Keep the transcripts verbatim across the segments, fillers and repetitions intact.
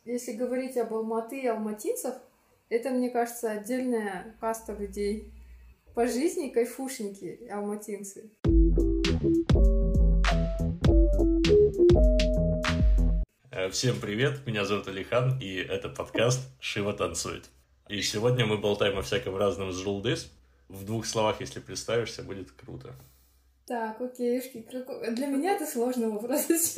Если говорить об Алматы и алматинцах, это, мне кажется, отдельная каста людей. По жизни кайфушники алматинцы. Всем привет, меня зовут Алихан, и это подкаст «Шива танцует». И сегодня мы болтаем о всяком разном с Жулдыс. В двух словах, если представишься, будет круто. Так, окей, для меня это сложный вопрос, честно.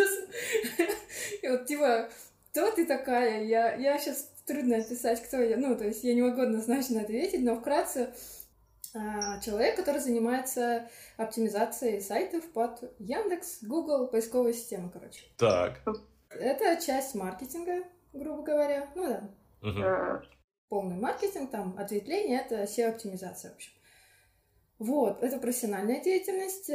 И вот, типа, кто ты такая? Я, я сейчас трудно описать, кто я. Ну, то есть я не могу однозначно ответить, но вкратце человек, который занимается оптимизацией сайтов под Яндекс, Google, поисковая система, короче. Так. Это часть маркетинга, грубо говоря. Ну да. Угу. Полный маркетинг, там, ответвление, это эс и о-оптимизация, в общем. Вот, это профессиональная деятельность.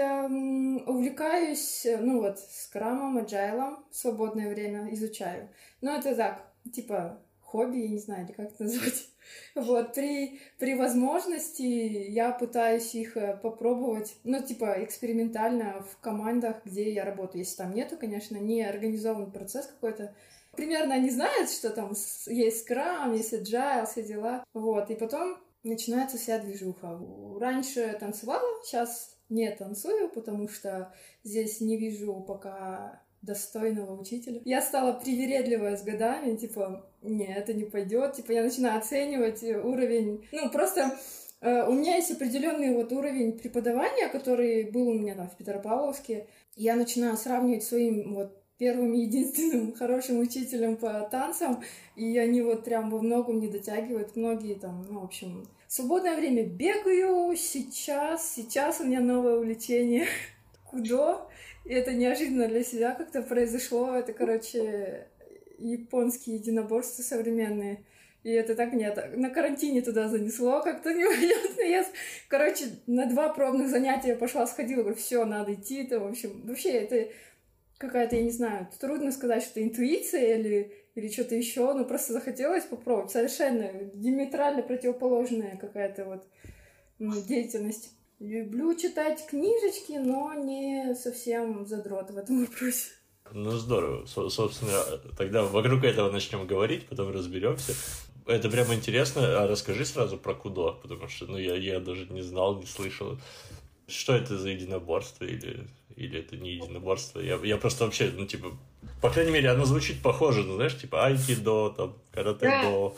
Увлекаюсь, ну вот, скрамом, аджайлом в свободное время, изучаю. Но это так, типа, хобби, я не знаю, или как это назвать. Вот, при, при возможности я пытаюсь их попробовать, ну, типа, экспериментально в командах, где я работаю. Если там нету, конечно, не организован процесс какой-то. Примерно они знают, что там есть скрам, есть agile, все дела. Вот, и потом начинается вся движуха. Раньше танцевала, сейчас не танцую, потому что здесь не вижу пока достойного учителя. Я стала привередливая с годами, типа, не, это не пойдет, типа, я начинаю оценивать уровень, ну, просто э, у меня есть определенный вот уровень преподавания, который был у меня там в Петропавловске. Я начинаю сравнивать своим вот первым и единственным хорошим учителем по танцам, и они вот прям во многом не дотягивают. Многие там, ну, в общем, в свободное время бегаю, сейчас, сейчас у меня новое увлечение кудо, и это неожиданно для себя как-то произошло. Это, короче, японские единоборства современные. И это так меня на карантине туда занесло как-то непонятно. Я, короче, на два пробных занятия пошла, сходила, говорю, все, надо идти. Это, в общем, вообще это какая-то, я не знаю, трудно сказать, что интуиция или, или что-то еще, но просто захотелось попробовать. Совершенно диаметрально противоположная какая-то вот ну, деятельность. Люблю читать книжечки, но не совсем задрот в этом вопросе. Ну, здорово. Со- собственно, тогда вокруг этого начнем говорить, потом разберемся. Это прямо интересно. А расскажи сразу про кудо, потому что ну, я, я даже не знал, не слышал. Что это за единоборство или, или это не единоборство? Я, я просто вообще, ну, типа, по крайней мере, оно звучит похоже, ну, знаешь, типа айкидо, там, каратэ-до.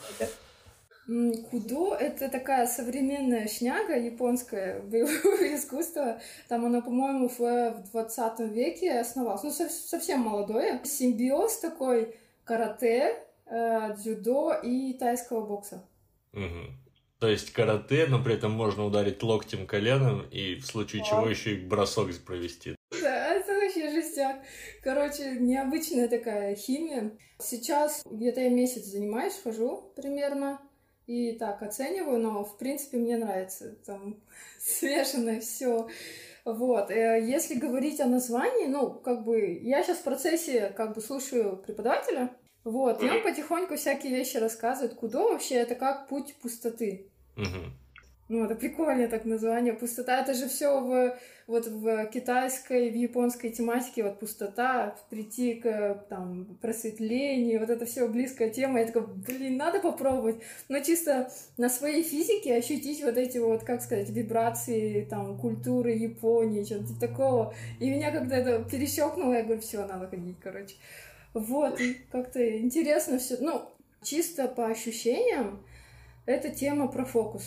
Кудо — это такая современная шняга японское боевое искусство. Там оно, по-моему, в двадцатом веке основалось. Ну, совсем молодое. Симбиоз такой карате, дзюдо и тайского бокса. Угу. То есть карате, но при этом можно ударить локтем, коленом и в случае да. чего еще и бросок провести. Да, это вообще жестяк. Короче, необычная такая химия. Сейчас где-то я месяц занимаюсь, хожу примерно. И так оцениваю, но в принципе мне нравится. Там смешанное все. Вот. Если говорить о названии, ну, как бы я сейчас в процессе как бы слушаю преподавателя. Вот, и он потихоньку всякие вещи рассказывает. Кудо вообще это как путь пустоты. Угу. Ну, это прикольное так название. Пустота, это же все в, вот в китайской, в японской тематике. Вот пустота, прийти к там, просветлению, вот это все близкая тема. Я такая, блин, надо попробовать. Но чисто на своей физике ощутить вот эти вот, как сказать, вибрации там, культуры Японии, что-то такого. И меня когда это перещелкнуло, я говорю, все, надо ходить, короче. Вот, и как-то интересно все. Ну, чисто по ощущениям, это тема про фокус.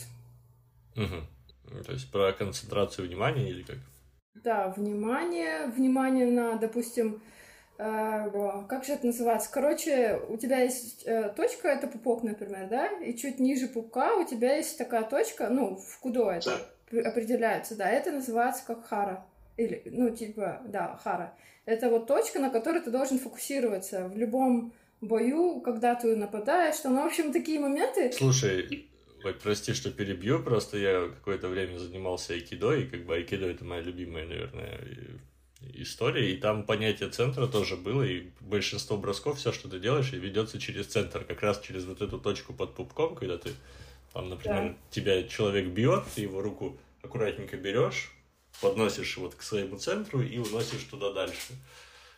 Угу. То есть про концентрацию внимания или как? Да, внимание, внимание на, допустим, э, как же это называется? Короче, у тебя есть э, точка, это пупок, например, да, и чуть ниже пупка у тебя есть такая точка, ну, в кудо это определяется, да, это называется как хара. Или, ну, типа, да, хара. Это вот точка, на которой ты должен фокусироваться в любом бою, когда ты нападаешь, что, ну, в общем, такие моменты... Слушай, ой, прости, что перебью, просто я какое-то время занимался айкидо, и как бы айкидо — это моя любимая, наверное, история, и там понятие центра тоже было, и большинство бросков, все, что ты делаешь, ведется через центр, как раз через вот эту точку под пупком, когда ты, там, например, да. тебя человек бьет, ты его руку аккуратненько берешь, подносишь вот к своему центру и уносишь туда дальше.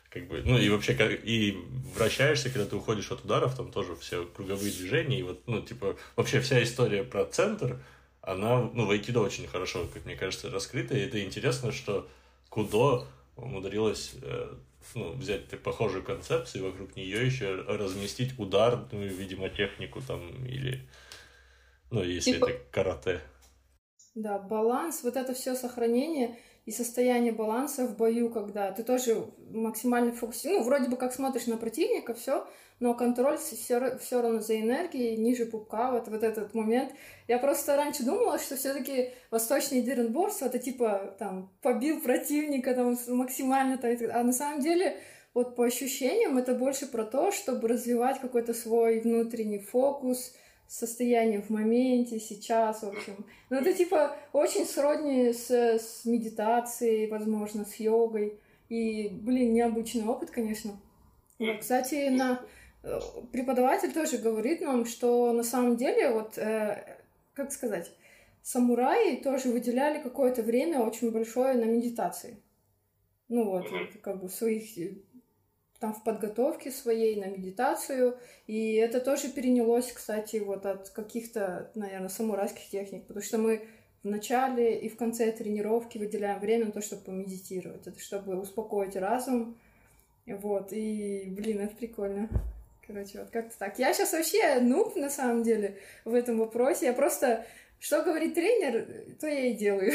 Как бы, ну и вообще, как, и вращаешься, когда ты уходишь от ударов, там тоже все круговые движения, и вот, ну, типа, вообще вся история про центр, она, ну, в айкидо очень хорошо, как мне кажется, раскрыта, и это интересно, что кудо умудрилась, э, ну, взять похожую концепцию, и вокруг нее еще разместить ударную, видимо, технику, там, или, ну, если типа... это карате. Да, баланс, вот это все сохранение и состояние баланса в бою, когда ты тоже максимально фокусируешь, ну, вроде бы как смотришь на противника, все, но контроль все, все равно за энергией, ниже пупка, вот, вот этот момент. Я просто раньше думала, что все-таки восточное единоборство это типа там побил противника там максимально, а на самом деле вот по ощущениям это больше про то, чтобы развивать какой-то свой внутренний фокус, состояние в моменте, сейчас, в общем. Ну, это, типа, очень сродни с, с медитацией, возможно, с йогой. И, блин, необычный опыт, конечно. Вот, кстати, на... преподаватель тоже говорит нам, что на самом деле, вот, э, как сказать, самураи тоже выделяли какое-то время очень большое на медитации. Ну, вот, как бы в своих... там в подготовке своей, на медитацию, и это тоже перенялось, кстати, вот от каких-то, наверное, самурайских техник, потому что мы в начале и в конце тренировки выделяем время на то, чтобы помедитировать, это чтобы успокоить разум, вот, и, блин, это прикольно. Короче, вот как-то так. Я сейчас вообще нуб, на самом деле, в этом вопросе, я просто... Что говорит тренер, то я и делаю.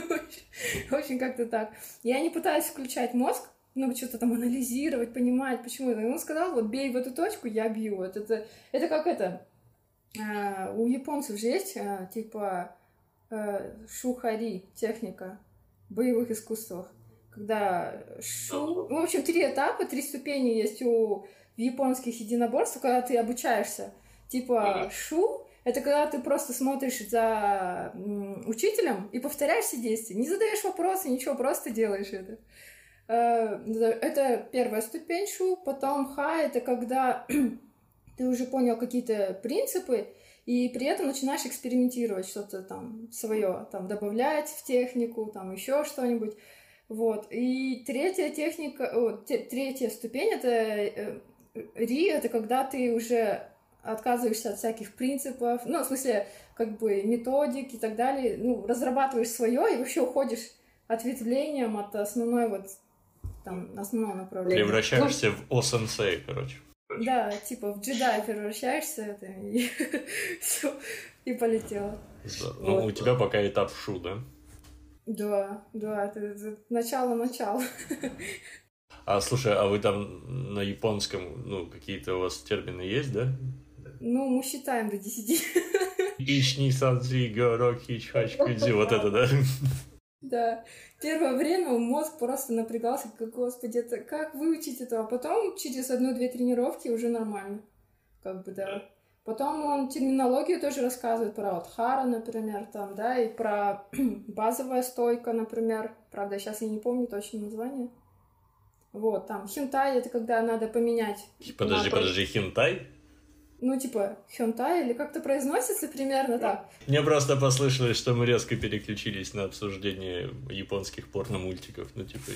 В общем, как-то так. Я не пытаюсь включать мозг, ну, что-то там анализировать, понимать, почему. Он сказал, вот, бей в эту точку, я бью. Вот это, это как это, а, у японцев же есть, а, типа, а, шухари, техника в боевых искусствах. Когда шу... В общем, три этапа, три ступени есть у в японских единоборствах, когда ты обучаешься. Типа, шу — это когда ты просто смотришь за м, учителем и повторяешь все действия. Не задаешь вопросы, ничего, просто делаешь это. Это первая ступень шу, потом ха — это когда ты уже понял какие-то принципы, и при этом начинаешь экспериментировать, что-то там свое, там добавлять в технику, там еще что-нибудь. Вот. И третья техника, о, третья ступень — это ри, это когда ты уже отказываешься от всяких принципов, ну, в смысле, как бы методик и так далее, ну, разрабатываешь свое и вообще уходишь ответвлением от основной вот там основное направление. Превращаешься в о-сенсей, короче. Да, типа в джедая превращаешься, это, и все, и полетело. Ну, вот. У тебя пока этап шу, да? Да, да, это, это начало-начало. А слушай, а вы там на японском, ну, какие-то у вас термины есть, да? Ну, мы считаем до десяти. Ични санзи гороки чхачкудзи, вот это, да? Да. Первое время мозг просто напрягался, как, господи, это как выучить это? А потом через одну-две тренировки уже нормально. Как бы, да. Потом он терминологию тоже рассказывает про вот хара, например, там, да, и про базовая стойка, например. Правда, сейчас я не помню точно название. Вот, там, хентай — это когда надо поменять... Подожди, на... подожди, хентай? Ну, типа, хентай, или как-то произносится примерно так. Мне просто послышалось, что мы резко переключились на обсуждение японских порно-мультиков, ну, типа...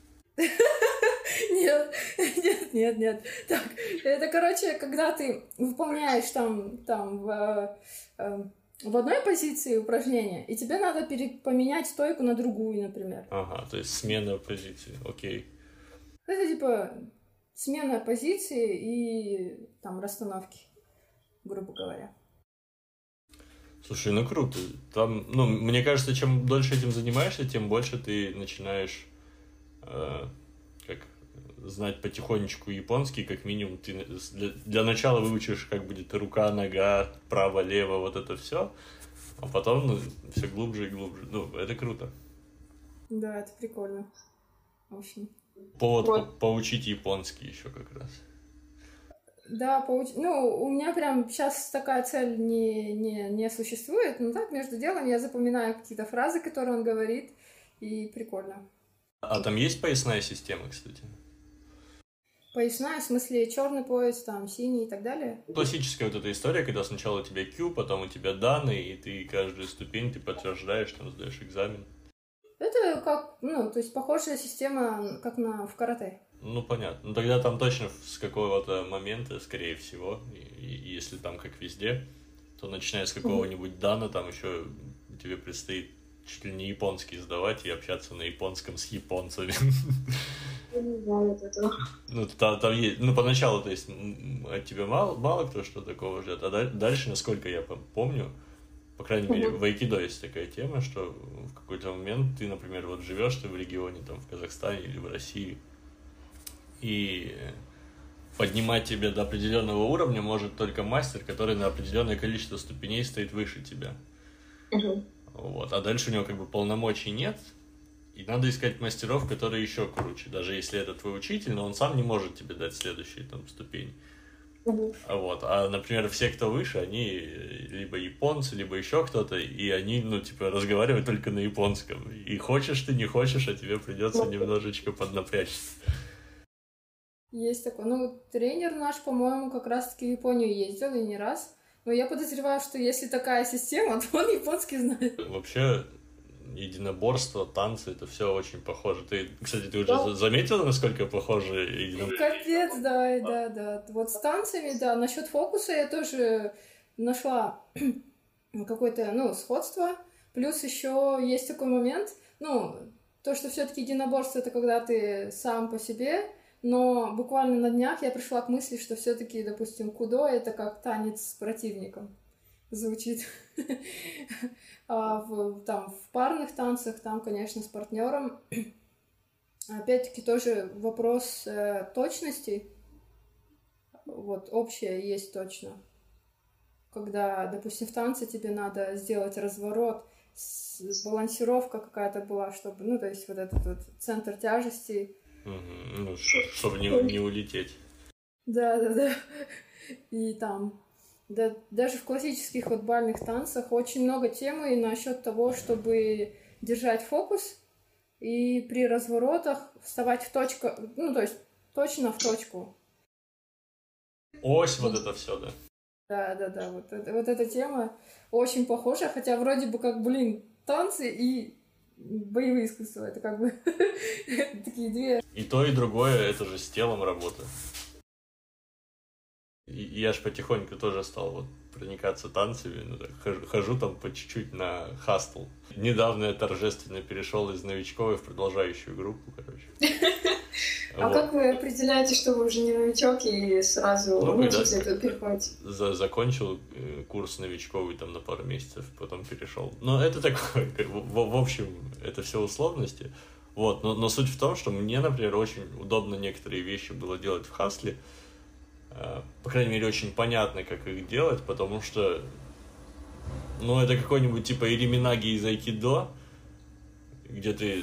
Нет, нет, нет, нет. Так, это, короче, когда ты выполняешь там, там, в, в одной позиции упражнения, и тебе надо пере- поменять стойку на другую, например. Ага, то есть смена позиции, окей. Это, типа, смена позиции и, там, расстановки, грубо говоря. Слушай, ну круто. Там, ну, мне кажется, чем дольше этим занимаешься, тем больше ты начинаешь э, как знать потихонечку японский, как минимум ты для, для начала выучишь, как будет рука, нога, право, лево, вот это все, а потом ну, все глубже и глубже. Ну, это круто. Да, это прикольно. В общем. Повод вот. по- поучить японский еще как раз. Да, поуч... ну, у меня прям сейчас такая цель не, не, не существует, но так, между делом я запоминаю какие-то фразы, которые он говорит, и прикольно. А там есть поясная система, кстати? Поясная, в смысле черный пояс, там, синий и так далее? Классическая вот эта история, когда сначала у тебя Q, потом у тебя данные, и ты каждую ступень ты подтверждаешь, там, сдаешь экзамен. Это как, ну, то есть похожая система, как на, в карате. Ну, понятно. Ну, тогда там точно с какого-то момента, скорее всего, и, и если там как везде, то начиная с какого-нибудь дана, там еще тебе предстоит чуть ли не японский сдавать и общаться на японском с японцами. Я не знаю от этого. Ну, там, там есть, ну, поначалу, то есть, от тебя мало, мало кто что такого ждет, а дальше, насколько я помню, по крайней мере, в айкидо есть такая тема, что в какой-то момент ты, например, вот живешь ты в регионе, там, в Казахстане или в России, и поднимать тебя до определенного уровня может только мастер, который на определенное количество ступеней стоит выше тебя. Угу. Вот. А дальше у него как бы полномочий нет, и надо искать мастеров, которые еще круче. Даже если это твой учитель, но он сам не может тебе дать следующие там ступени. Угу. Вот. А, например, все, кто выше, они либо японцы, либо еще кто-то, и они, ну, типа, разговаривают только на японском. И хочешь ты, не хочешь, а тебе придется немножечко поднапрячься. Есть такой. Ну, тренер наш, по-моему, как раз-таки в Японию ездил, и не раз. Но я подозреваю, что если такая система, то он японский знает. Вообще, единоборство, танцы, это все очень похоже. Ты, кстати, ты уже Да. заметила, насколько похоже единоборство? Капец, да, да, да. Вот с танцами, да. Насчет фокуса я тоже нашла какое-то, ну, сходство. Плюс еще есть такой момент, ну, то, что все-таки единоборство это когда ты сам по себе. Но буквально на днях я пришла к мысли, что все-таки, допустим, кудо это как танец с противником звучит. А в, там, в парных танцах, там, конечно, с партнером. Опять-таки тоже вопрос э, точности. Вот, общее есть точно. Когда, допустим, в танце тебе надо сделать разворот, с, балансировка какая-то была, чтобы, ну, то есть вот этот вот центр тяжести. Угу. Ну, чтобы не, не улететь. Да, да, да. И там, да, даже в классических вот бальных танцах очень много темы насчет того, чтобы держать фокус и при разворотах вставать в точку, ну, то есть точно в точку. Ось, вот это все, да? Да, да, да, вот, это, вот эта тема очень похожа, хотя вроде бы как, блин, танцы и боевые искусства, это как бы такие две. И то, и другое, это же с телом работа. И я ж потихоньку тоже стал вот проникаться танцами, ну, так, хожу, хожу там по чуть-чуть на хастл. Недавно я торжественно перешел из новичковой в продолжающую группу, короче. А как вы определяете, что вы уже не новичок и сразу учите это переходить? Закончил курс новичковый там на пару месяцев, потом перешел. Но это такое, в общем, это все условности. Вот, но, но суть в том, что мне, например, очень удобно некоторые вещи было делать в хасле. По крайней мере, очень понятно, как их делать, потому что, ну, это какой-нибудь типа ириминаги из айкидо, где ты,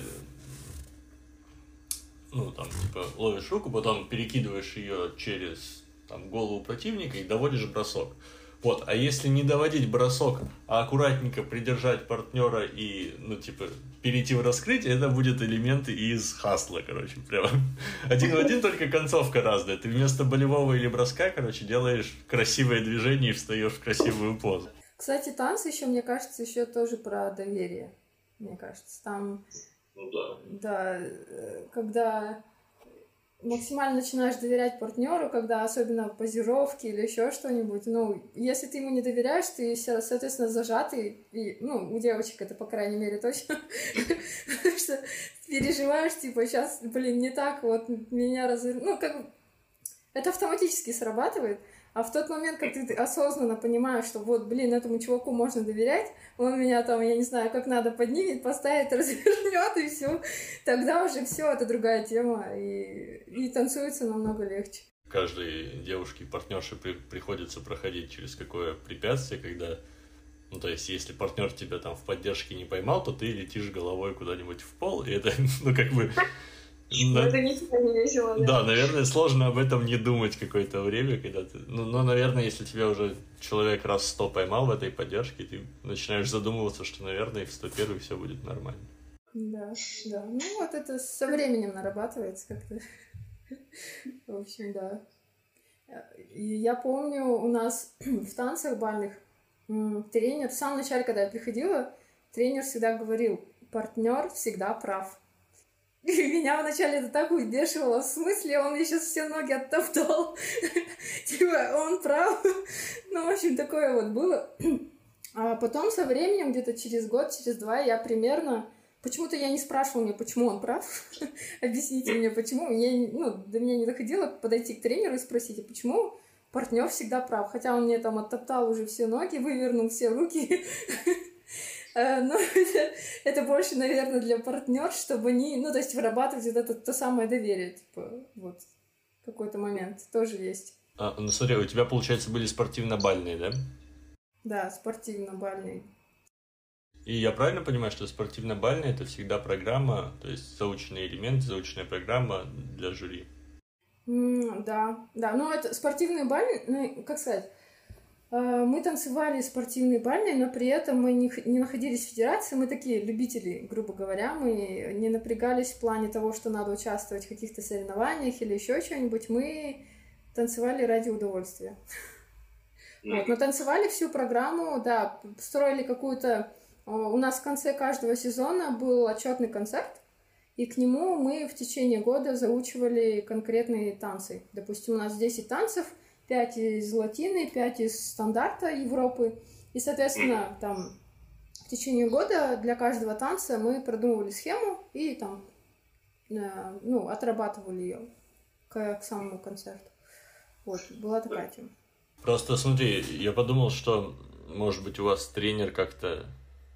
ну, там, типа, ловишь руку, потом перекидываешь ее через, там, голову противника и доводишь бросок. Вот, а если не доводить бросок, а аккуратненько придержать партнера и, ну, типа, перейти в раскрытие, это будет элементы из хасла, короче, прям. Один в один, только концовка разная. Ты вместо болевого или броска, короче, делаешь красивое движение и встаешь в красивую позу. Кстати, танцы еще, мне кажется, еще тоже про доверие. Мне кажется, там... Ну да. Да, когда максимально начинаешь доверять партнеру, когда особенно позировки или еще что-нибудь, ну, если ты ему не доверяешь, ты, соответственно, зажатый, и, ну, у девочек это, по крайней мере, точно, что переживаешь, типа, сейчас, блин, не так, вот, меня развернут, ну, как бы, это автоматически срабатывает, а в тот момент, как ты осознанно понимаешь, что вот, блин, этому чуваку можно доверять, он меня там, я не знаю, как надо поднимет, поставит, развернет, и все, тогда уже все, это другая тема, и, и танцуется намного легче. Каждой девушке партнерше при, приходится проходить через какое препятствие, когда, ну, то есть, если партнер тебя там в поддержке не поймал, то ты летишь головой куда-нибудь в пол, и это, ну, как бы... Но это никогда не весело, да? Да, наверное, сложно об этом не думать какое-то время, когда ты... Ну, но, наверное, если тебя уже человек раз сто поймал в этой поддержке, ты начинаешь задумываться, что, наверное, в сто первый все будет нормально. Да, да. Ну, вот это со временем нарабатывается как-то. В общем, да. И я помню, у нас в танцах бальных тренер, в самом начале, когда я приходила, тренер всегда говорил, партнер всегда прав. Меня вначале это так выбешивало. В смысле, он мне сейчас все ноги оттоптал. Типа, он прав. Ну, в общем, такое вот было. А потом со временем, где-то через год, через два, я примерно... Почему-то я не спрашивала меня, почему он прав. Объясните мне, почему. Мне, ну, до меня не доходило подойти к тренеру и спросить, а почему партнер всегда прав. Хотя он мне там оттоптал уже все ноги, вывернул все руки. Но это, это больше, наверное, для партнерш, чтобы они, ну, то есть вырабатывать вот это то самое доверие, типа, вот, какой-то момент тоже есть. А, ну, смотри, у тебя, получается, были спортивно-бальные, да? Да, спортивно-бальные. И я правильно понимаю, что спортивно-бальная — это всегда программа, то есть заученный элемент, заученная программа для жюри? Mm, да, да, ну это спортивные бальные, ну, как сказать, мы танцевали спортивные бальные, но при этом мы не, не находились в федерации, мы такие любители, грубо говоря, мы не напрягались в плане того, что надо участвовать в каких-то соревнованиях или еще что-нибудь, мы танцевали ради удовольствия. Вот, но танцевали всю программу, да, строили какую-то... У нас в конце каждого сезона был отчетный концерт, и к нему мы в течение года заучивали конкретные танцы. Допустим, у нас десять танцев, пять из латины, пять из стандарта Европы. И, соответственно, там в течение года для каждого танца мы продумывали схему и там, ну, отрабатывали ее к, к самому концерту. Вот, была такая тема. Просто смотри, я подумал, что, может быть, у вас тренер как-то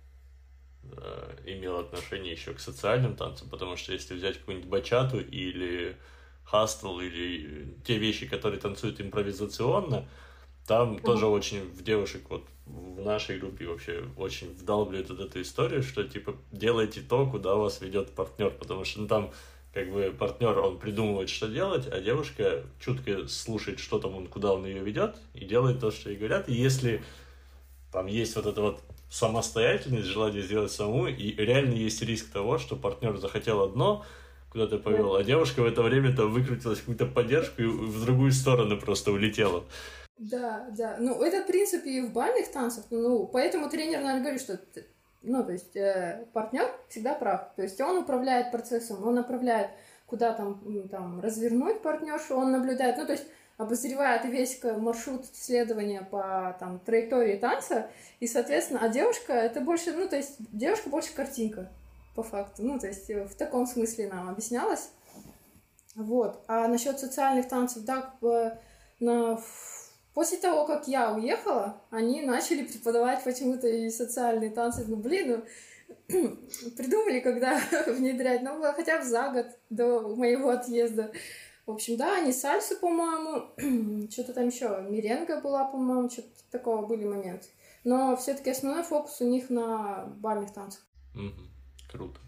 э, имел отношение еще к социальным танцам, потому что если взять какую-нибудь бачату или хастл, или те вещи, которые танцуют импровизационно, там mm-hmm. тоже очень в девушек, вот в нашей группе вообще очень вдалбливают вот эту историю, что типа делайте то, куда вас ведет партнер, потому что ну, там как бы партнер, он придумывает, что делать, а девушка чутко слушает, что там он, куда он ее ведет, и делает то, что ей говорят. И если там есть вот эта вот самостоятельность, желание сделать саму, и реально есть риск того, что партнер захотел одно, куда-то повел, а девушка в это время там выкрутилась в какую-то поддержку и в другую сторону просто улетела. Да, да. Ну, это, в принципе, и в бальных танцах. Ну, поэтому тренер, наверное, говорит, что... Ну, то есть э, партнер всегда прав. То есть он управляет процессом, он направляет, куда там, там развернуть партнершу, он наблюдает, ну, то есть обозревает весь маршрут следования по там, траектории танца, и, соответственно, а девушка, это больше, ну, то есть девушка больше картинка, по факту. Ну, то есть в таком смысле нам объяснялось. Вот. А насчет социальных танцев, да, как бы на... После того, как я уехала, они начали преподавать почему-то и социальные танцы. Ну, блин, ну, придумали, когда внедрять. Ну, хотя бы за год до моего отъезда. В общем, да, они сальсу, по-моему, что-то там еще, меренга была, по-моему, что-то такого были моменты. Но все-таки основной фокус у них на бальных танцах. Mm-hmm. Круто.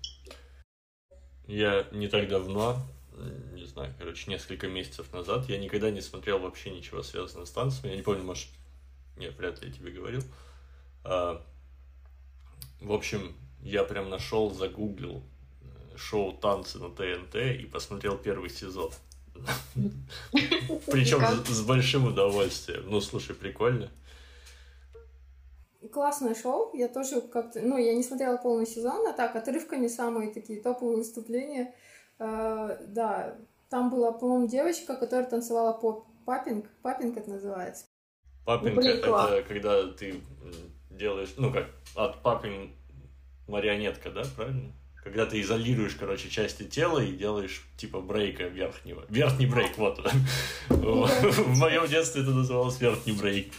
Я не так давно... не знаю, короче, несколько месяцев назад я никогда не смотрел вообще ничего связанного с танцами. Я не помню, может, нет, вряд ли я тебе говорил. А, в общем, я прям нашел, загуглил шоу «Танцы» на ТНТ и посмотрел первый сезон. Причем с большим удовольствием. Ну, слушай, прикольно. Классное шоу. Я тоже как-то... Ну, я не смотрела полный сезон, а так, отрывками самые такие топовые выступления. Uh, да, там была, по-моему, девочка, которая танцевала поп. Паппинг. Паппинг это называется. Паппинг — это когда ты делаешь, ну как, от паппинг марионетка, да, правильно? Когда ты изолируешь, короче, части тела и делаешь типа брейка верхнего. Верхний брейк, вот. В моем детстве это называлось верхний брейк.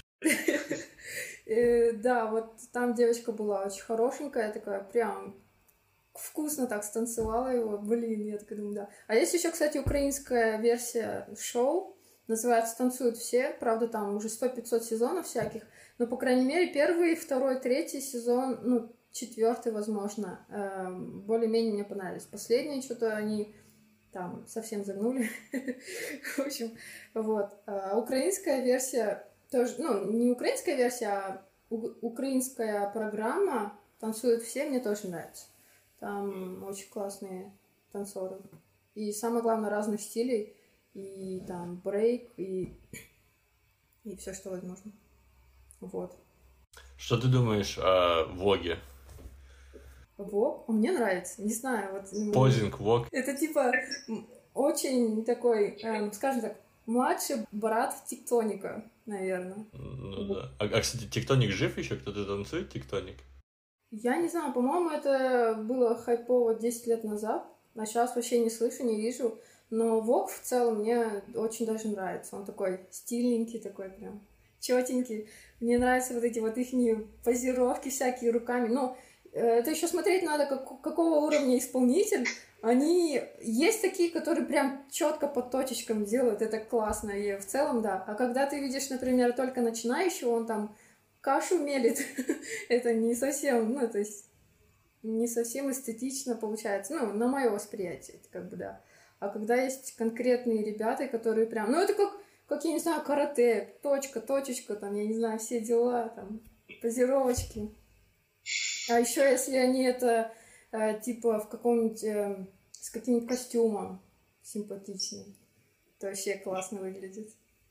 Да, вот там девочка была очень хорошенькая, такая прям... Вкусно так станцевала его. Блин, я так думаю, да. А есть еще, кстати, украинская версия шоу. Называется «Танцуют все». Правда, там уже сто-пятьсот сезонов всяких. Но, по крайней мере, первый, второй, третий сезон, ну, четвертый, возможно, э, более-менее мне понравились. Последние что-то они там совсем загнули. В общем, вот. А украинская версия тоже... Ну, не украинская версия, а украинская программа «Танцуют все» мне тоже нравится. Там очень классные танцоры. И самое главное, разных стилей. И там брейк, и, и все, что возможно. Вот. Что ты думаешь о Воге? Вок? Мне нравится, не знаю. Вот, Позинг, вок. Это типа очень такой, эм, скажем так, младший брат Тектоника, наверное. Ну да. А, а, кстати, Тектоник жив еще? Кто-то танцует Тектоник? Я не знаю, по-моему, это было хайпово десять лет назад. А сейчас вообще не слышу, не вижу. Но Вок в целом мне очень даже нравится. Он такой стильненький, такой прям чётенький. Мне нравятся вот эти вот их позировки всякие руками. Ну, это еще смотреть надо, как, какого уровня исполнитель. Они есть такие, которые прям четко по точечкам делают. Это классно. И в целом, да. А когда ты видишь, например, только начинающего, он там кашу мелит, это не совсем, ну, то есть не совсем эстетично получается. Ну, на мое восприятие, как бы, да. А когда есть конкретные ребята, которые прям... Ну, это как, как, я не знаю, карате, точка, точечка, там, я не знаю, все дела, там, позировочки. А еще если они это, э, типа, в каком-нибудь... Э, с каким-нибудь костюмом симпатичным, то вообще классно выглядит.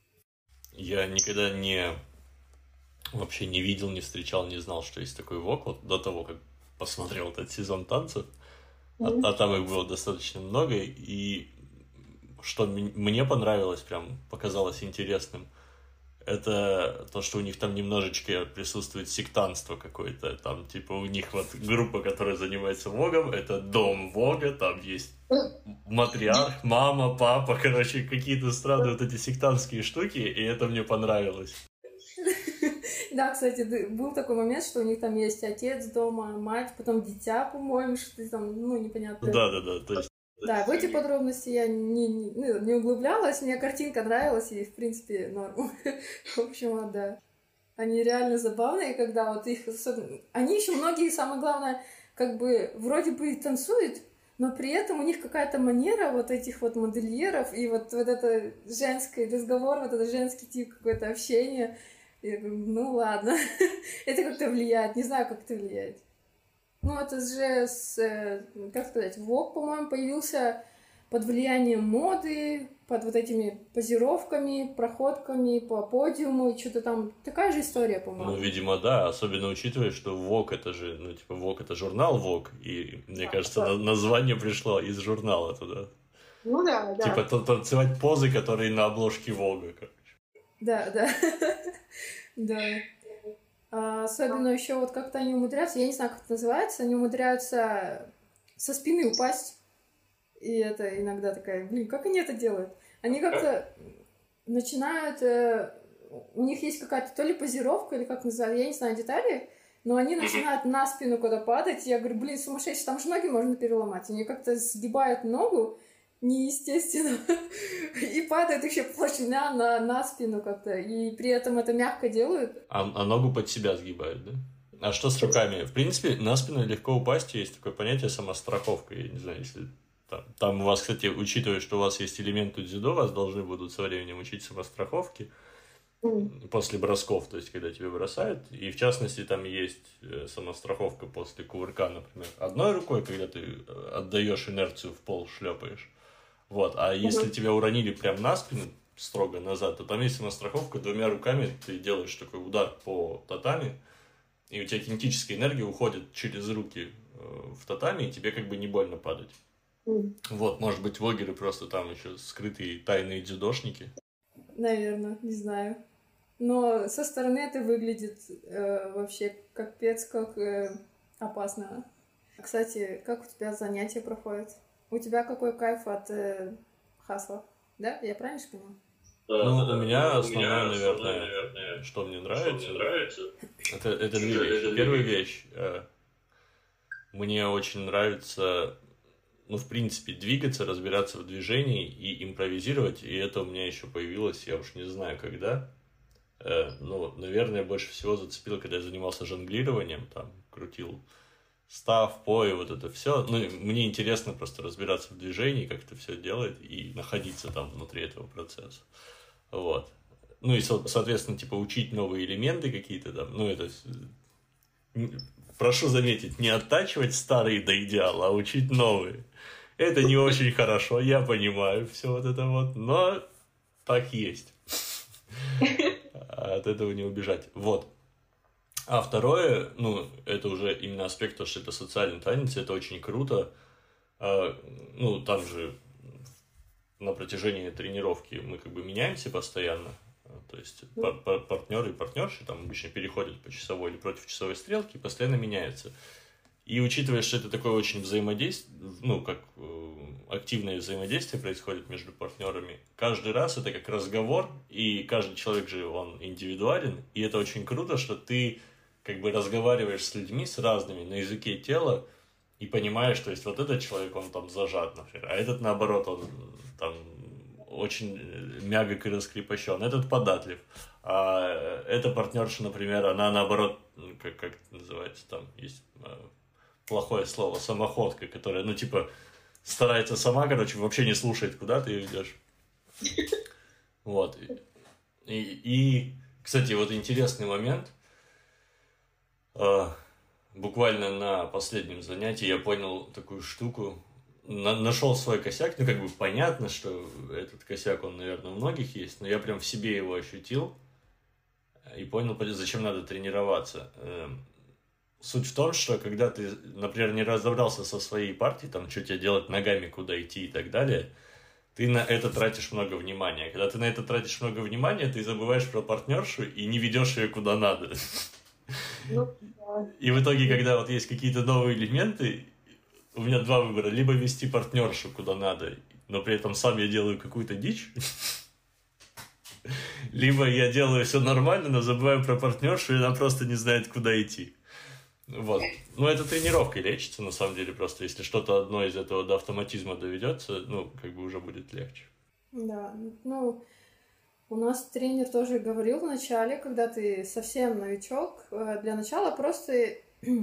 Я никогда не... Вообще не видел, не встречал, не знал, что есть такой вок, вот до того, как посмотрел этот сезон танцев. Mm-hmm. А, а там их было достаточно много, и что м- мне понравилось, прям показалось интересным, это то, что у них там немножечко присутствует сектантство какое-то. Там, типа, у них вот группа, которая занимается вогом, это дом вога, там есть матриарх, мама, папа, короче, какие-то странные вот эти сектантские штуки, и это мне понравилось. Да, кстати, был такой момент, что у них там есть отец дома, мать, потом дитя, по-моему, что-то там, ну, непонятно. Да-да-да, то есть... Да, в эти подробности я не, не, ну, не углублялась, мне картинка нравилась, и, в принципе, норм. В общем, да. Они реально забавные, когда вот их... Они еще многие, самое главное, как бы, вроде бы и танцуют, но при этом у них какая-то манера вот этих вот модельеров, и вот, вот это женский разговор, вот это женский тип какое-то общение. Я говорю, ну ладно, это как-то влияет, не знаю, как это влияет. Ну, это же, с, как сказать, Вог, по-моему, появился под влиянием моды, под вот этими позировками, проходками по подиуму, и что-то там, такая же история, по-моему. Ну, видимо, да, особенно учитывая, что Вог это же, ну, типа, Вог это журнал Вог, и, мне а, кажется, да. название пришло из журнала туда. Ну да, да. Типа, танцевать позы, которые на обложке Вога, короче. Да, да, да. А особенно еще вот как-то они умудряются, я не знаю, как это называется, они умудряются со спины упасть. И это иногда такая, блин, как они это делают? Они как-то начинают, э, у них есть какая-то то ли позировка, или как называют, я не знаю детали, но они начинают на спину куда падать. Я говорю, блин, сумасшедшие, там же ноги можно переломать. Они как-то сгибают ногу неестественно и падают еще плашмя на, на спину как-то. И при этом это мягко делают. А, а ногу под себя сгибают, да? А что с руками? В принципе, на спину легко упасть. Есть такое понятие самостраховка. Я не знаю, если... Там, там у вас, кстати, учитывая, что у вас есть элементы дзюдо, вас должны будут со временем учить самостраховки mm. после бросков, то есть когда тебя бросают. И в частности, там есть самостраховка после кувырка, например, одной рукой, когда ты отдаешь инерцию в пол, шлепаешь. Вот. А если mm-hmm. тебя уронили прямо на спину, строго назад, то там есть самостраховка, двумя руками ты делаешь такой удар по татами, и у тебя кинетическая энергия уходит через руки в татами, и тебе как бы не больно падать. Mm. Вот, может быть, вогеры просто там еще скрытые тайные дзюдошники. Наверное, не знаю. Но со стороны это выглядит э, вообще капец, как э, опасно. Кстати, как у тебя занятия проходят? У тебя какой кайф от э, хасла? Да? Я правильно поняла? Да, ну, да, у меня основное, наверное, наверное, что мне нравится, что мне нравится это, это две вещи. Это Первая вещь, э, мне очень нравится, ну, в принципе, двигаться, разбираться в движении и импровизировать, и это у меня еще появилось, я уж не знаю когда. Э, ну, наверное, больше всего зацепило, когда я занимался жонглированием, там, крутил став, пой, вот это все. Ну, мне интересно просто разбираться в движении, как это все делает, и находиться там внутри этого процесса. Вот. Ну, и, соответственно, типа, учить новые элементы какие-то там, ну, это... Прошу заметить, не оттачивать старые до идеала, а учить новые. Это не очень хорошо, я понимаю все вот это вот, но так есть. От этого не убежать. Вот. А второе, ну, это уже именно аспект, то, что это социальный танец, это очень круто. А, ну, там же на протяжении тренировки мы как бы меняемся постоянно. То есть пар- пар- партнеры и партнерши там обычно переходят по часовой или против часовой стрелки и постоянно меняются. И учитывая, что это такое очень взаимодействие, ну, как э, активное взаимодействие происходит между партнерами, каждый раз это как разговор, и каждый человек же, он индивидуален, и это очень круто, что ты как бы разговариваешь с людьми, с разными, на языке тела, и понимаешь, то есть вот этот человек, он там зажат, например, а этот, наоборот, он там очень мягок и раскрепощен, этот податлив, а эта партнерша, например, она, наоборот, как, как это называется, там есть плохое слово, самоходка, которая, ну, типа, старается сама, короче, вообще не слушает, куда ты ее ведешь. Вот. И, и, кстати, вот интересный момент. Буквально на последнем занятии я понял такую штуку. На, нашел свой косяк. Ну, как бы понятно, что этот косяк, он, наверное, у многих есть, но я прям в себе его ощутил и понял, зачем надо тренироваться. Суть в том, что когда ты, например, не разобрался со своей партией, там, что тебе делать ногами, куда идти и так далее, ты на это тратишь много внимания. Когда ты на это тратишь много внимания, ты забываешь про партнершу и не ведешь ее куда надо. Ну, да. И в итоге, когда вот есть какие-то новые элементы, у меня два выбора. Либо вести партнершу куда надо, но при этом сам я делаю какую-то дичь. Либо я делаю все нормально, но забываю про партнершу, и она просто не знает, куда идти. Вот. Но это тренировкой лечится, на самом деле, просто если что-то одно из этого до автоматизма доведется, ну, как бы уже будет легче. Да, ну, у нас тренер тоже говорил в начале, когда ты совсем новичок, для начала просто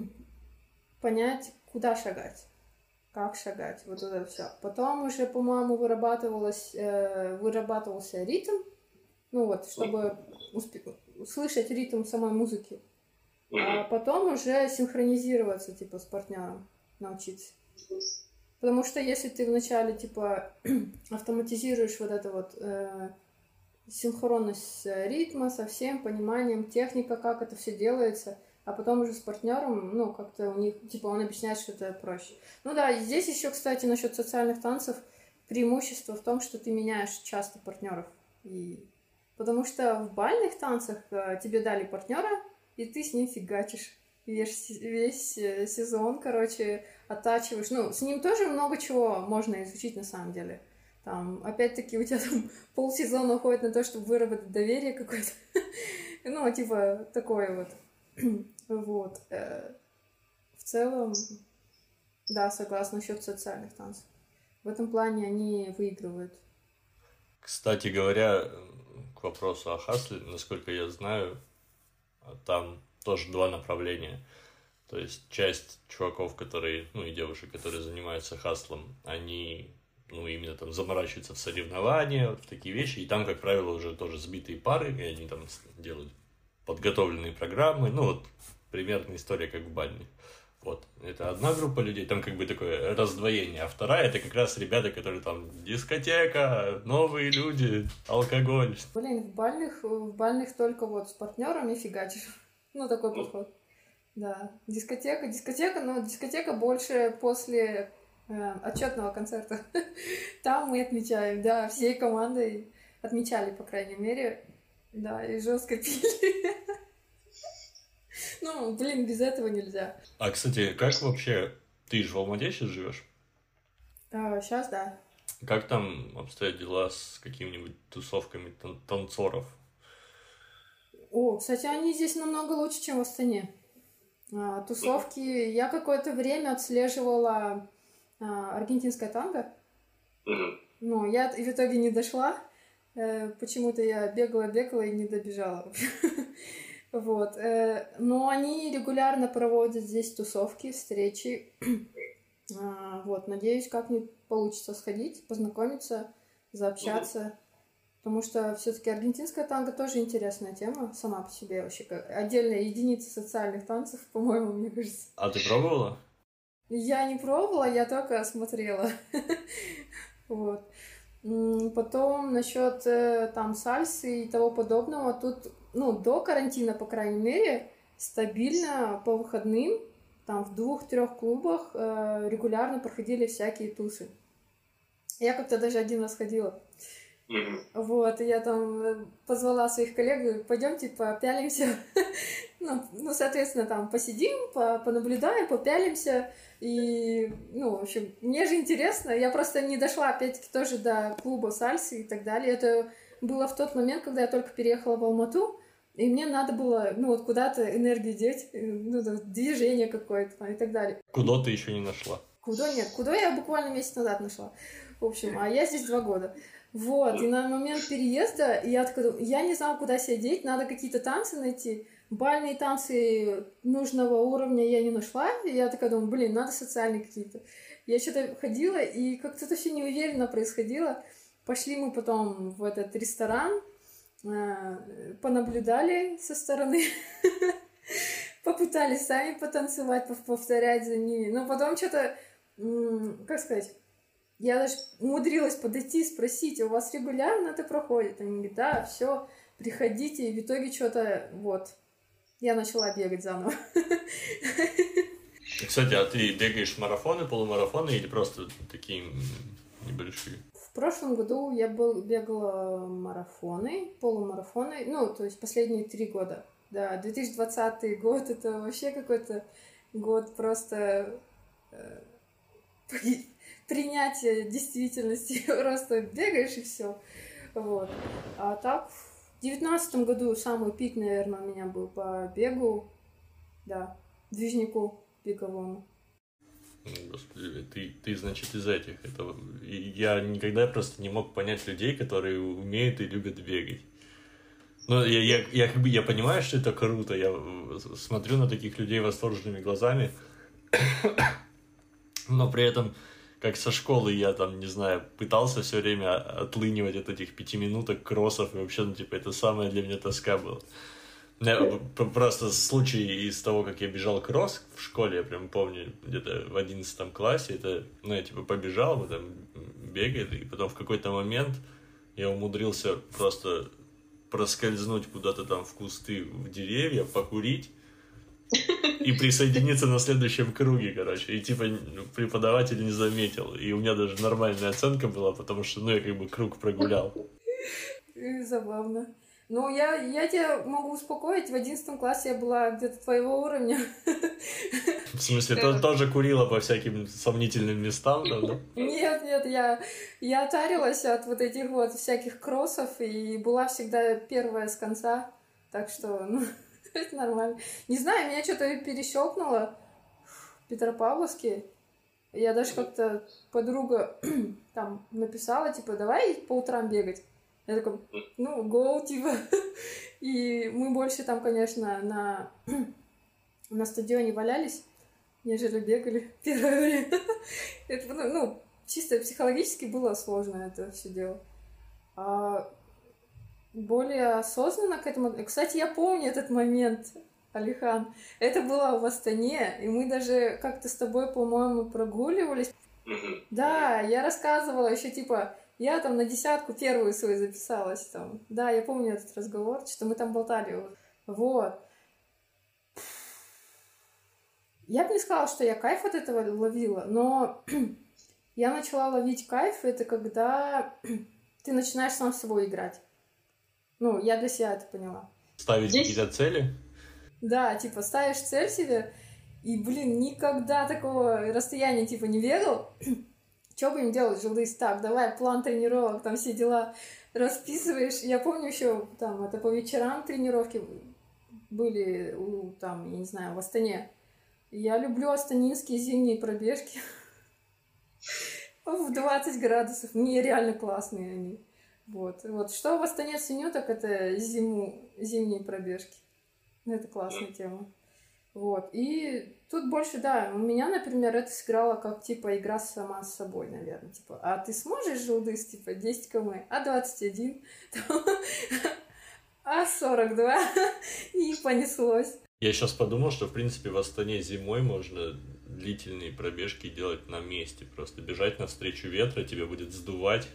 понять, куда шагать, как шагать, вот это все. Потом уже, по-моему, вырабатывалось, вырабатывался ритм, ну вот, чтобы усп- услышать ритм самой музыки. А потом уже синхронизироваться, типа, с партнером, научиться. Потому что если ты вначале, типа, автоматизируешь вот это вот э, синхронность ритма со всем пониманием, техника, как это все делается, а потом уже с партнером, ну, как-то у них, типа, он объясняет, что это проще. Ну да, и здесь еще, кстати, насчет социальных танцев преимущество в том, что ты меняешь часто партнеров. И... Потому что в бальных танцах э, тебе дали партнера, и ты с ним фигачишь весь, весь сезон, короче, оттачиваешь. Ну, с ним тоже много чего можно изучить на самом деле. Там, опять-таки, у тебя там полсезона уходит на то, чтобы выработать доверие какое-то. Ну, типа, такое вот. Вот. В целом, да, согласна насчет социальных танцев. В этом плане они выигрывают. Кстати говоря, к вопросу о хасле, насколько я знаю, там тоже два направления. То есть часть чуваков, которые, ну и девушек, которые занимаются хаслом, они, ну, именно там заморачиваются в соревнования, вот в такие вещи. И там, как правило, уже тоже сбитые пары, и они там делают подготовленные программы. Ну, вот примерная история, как в бальне. Вот. Это одна группа людей, там как бы такое раздвоение. А вторая, это как раз ребята, которые там дискотека, новые люди, алкоголь. Блин, в бальных, в бальных только вот с партнерами фигачишь. Ну, такой подход. Да. Дискотека, дискотека, но дискотека больше после э, отчетного концерта. Там мы отмечаем, да, всей командой отмечали, по крайней мере. Да, и жестко пили. Ну, блин, без этого нельзя. А, кстати, как вообще... Ты же в Алмате сейчас живешь? А, сейчас, да. Как там обстоят дела с какими-нибудь тусовками тан- танцоров? О, кстати, они здесь намного лучше, чем в Астане. А, тусовки... Я какое-то время отслеживала а, аргентинское танго. Но я в итоге не дошла. Э, почему-то я бегала-бегала и не добежала. Вот. Но они регулярно проводят здесь тусовки, встречи. Вот. Надеюсь, как-нибудь получится сходить, познакомиться, заобщаться. Потому что все-таки аргентинская танго тоже интересная тема сама по себе. Вообще как отдельная единица социальных танцев, по-моему, мне кажется. А ты пробовала? Я не пробовала, я только смотрела. Вот. Потом насчет там сальсы и того подобного. Тут, ну, до карантина, по крайней мере, стабильно по выходным, там в двух-трех клубах э, регулярно проходили всякие тусы. Я как-то даже один раз ходила. Mm-hmm. Вот, и я там позвала своих коллег, говорю, пойдемте попялимся. ну, ну, соответственно, там посидим, понаблюдаем, попялимся. И, ну, в общем, мне же интересно. Я просто не дошла, опять-таки, тоже до клуба сальсы и так далее. Это было в тот момент, когда я только переехала в Алмату, и мне надо было, ну, вот куда-то энергию деть, ну, движение какое-то и так далее. Кудо ты еще не нашла? Кудо нет. Кудо я буквально месяц назад нашла. В общем, а я здесь два года. Вот, и на момент переезда я такая, я не знала, куда себя деть, надо какие-то танцы найти. Бальные танцы нужного уровня я не нашла, и я такая думаю, блин, надо социальные какие-то. Я что-то ходила, и как-то это все неуверенно происходило. Пошли мы потом в этот ресторан, понаблюдали со стороны, попытались сами потанцевать, повторять за ними. Но потом что-то, как сказать... Я даже умудрилась подойти и спросить, у вас регулярно это проходит? Они говорят, да, все, приходите. И в итоге что-то, вот, я начала бегать заново. Кстати, а ты бегаешь марафоны, полумарафоны или просто такие небольшие? В прошлом году я был, бегала марафоны, полумарафоны, ну, то есть последние три года. Да, две тысячи двадцатый год, это вообще какой-то год просто... Э, принятие действительности, просто бегаешь и все. Вот. А так, в девятнадцатом году самый пик, наверное, у меня был по бегу, да, движнику беговому. Господи, ты, ты, значит, из этих. Это... Я никогда просто не мог понять людей, которые умеют и любят бегать. Ну, я, я, я, как бы, я понимаю, что это круто, я смотрю на таких людей восторженными глазами, но при этом... Как со школы я там, не знаю, пытался все время отлынивать от этих пяти минуток кроссов, и вообще, ну, типа, это самая для меня тоска была. Просто случай из того, как я бежал кросс в школе, я прям помню, где-то в одиннадцатом классе, это, ну, я, типа, побежал, мы там бегали, и потом в какой-то момент я умудрился просто проскользнуть куда-то там в кусты, в деревья, покурить, и присоединиться на следующем круге, короче. И типа преподаватель не заметил. И у меня даже нормальная оценка была, потому что, ну, я как бы круг прогулял. Забавно. Ну, я, я тебя могу успокоить, в одиннадцатом классе я была где-то твоего уровня. В смысле, то, тоже курила по всяким сомнительным местам, там, да? Нет, нет, я, я тарилась от вот этих вот всяких кроссов и была всегда первая с конца. Так что, ну... Это нормально. Не знаю, меня что-то перещелкнуло в Петропавловске. Я даже как-то подруга там написала, типа, давай по утрам бегать. Я такая, ну, go, типа. И мы больше там, конечно, на, на стадионе валялись, нежели бегали первое время. Это, ну, чисто психологически было сложно это все дело. А более осознанно к этому... Кстати, я помню этот момент, Алихан. Это было в Астане, и мы даже как-то с тобой, по-моему, прогуливались. Mm-hmm. Да, я рассказывала еще, типа, я там на десятку первую свою записалась там. Да, я помню этот разговор, что мы там болтали. Вот. Я бы не сказала, что я кайф от этого ловила, но я начала ловить кайф, это когда ты начинаешь сам с собой играть. Ну, я для себя это поняла. Ставить Здесь... какие-то цели? Да, типа, ставишь цель себе, и, блин, никогда такого расстояния, типа, не бегал. Что будем делать, Жилдыс? Так, давай, план тренировок, там все дела расписываешь. Я помню еще, там, это по вечерам тренировки были, у, там, я не знаю, в Астане. Я люблю астанинские зимние пробежки. В двадцать градусов. Мне реально классные они. Вот. Вот. Что в Астане ценю, так это зиму, зимние пробежки. Это классная тема. Вот. И тут больше, да, у меня, например, это сыграло как, типа, игра сама с собой, наверное. Типа, а ты сможешь, Жилдыс, типа, десять километров, а двадцать один, а сорок два, и понеслось. Я сейчас подумал, что, в принципе, в Астане зимой можно длительные пробежки делать на месте. Просто бежать навстречу ветра, тебя будет сдувать.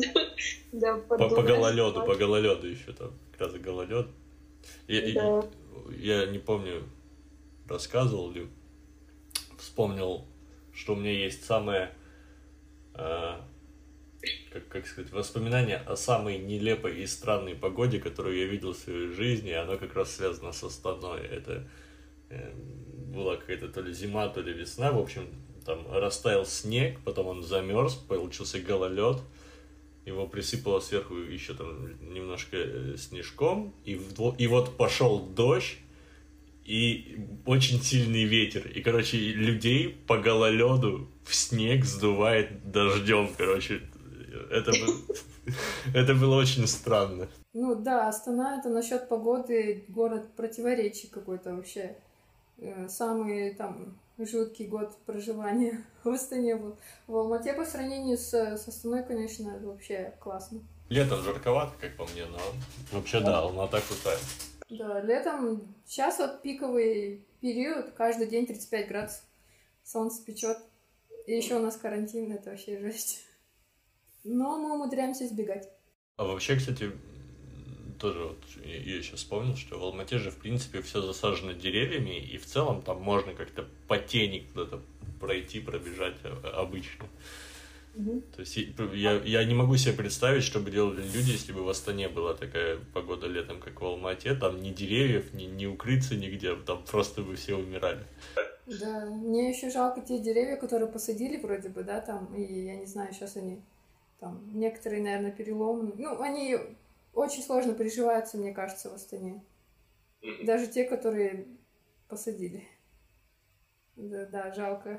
Да, по, по гололеду, по гололеду еще там, как раз гололед. И, да. и, я не помню, рассказывал ли, вспомнил, что у меня есть самое, э, как, как сказать, воспоминание о самой нелепой и странной погоде, которую я видел в своей жизни, и оно как раз связано с Астаной. Это э, была какая-то то ли зима, то ли весна, в общем, там растаял снег, потом он замерз, получился гололед, его присыпало сверху еще там немножко снежком, и, в, и вот пошел дождь, и очень сильный ветер. И, короче, людей по гололеду в снег сдувает дождем, короче. Это, это было очень странно. Ну да, Астана — это насчет погоды город противоречий какой-то вообще. Самый там жуткий год проживания в Астане был. В Алмате по сравнению с, с Астаной, конечно, это вообще классно. Летом жарковато, как по мне, но вообще да, Алмата крутая. Да, летом, сейчас вот пиковый период, каждый день тридцать пять градусов, солнце печет. И еще у нас карантин, это вообще жесть. Но мы умудряемся избегать. А вообще, кстати, тоже вот я сейчас вспомнил, что в Алмате же, в принципе, все засажено деревьями, и в целом там можно как-то по тени куда-то пройти, пробежать обычно. Угу. То есть я, я не могу себе представить, что бы делали люди, если бы в Астане была такая погода летом, как в Алмате. Там ни деревьев, ни, ни укрыться нигде, там просто бы все умирали. Да, мне еще жалко те деревья, которые посадили вроде бы, да, там, и я не знаю, сейчас они там, некоторые, наверное, переломаны. Ну, они очень сложно приживаются, мне кажется, в Астане. Даже те, которые посадили. Да, да, жалко.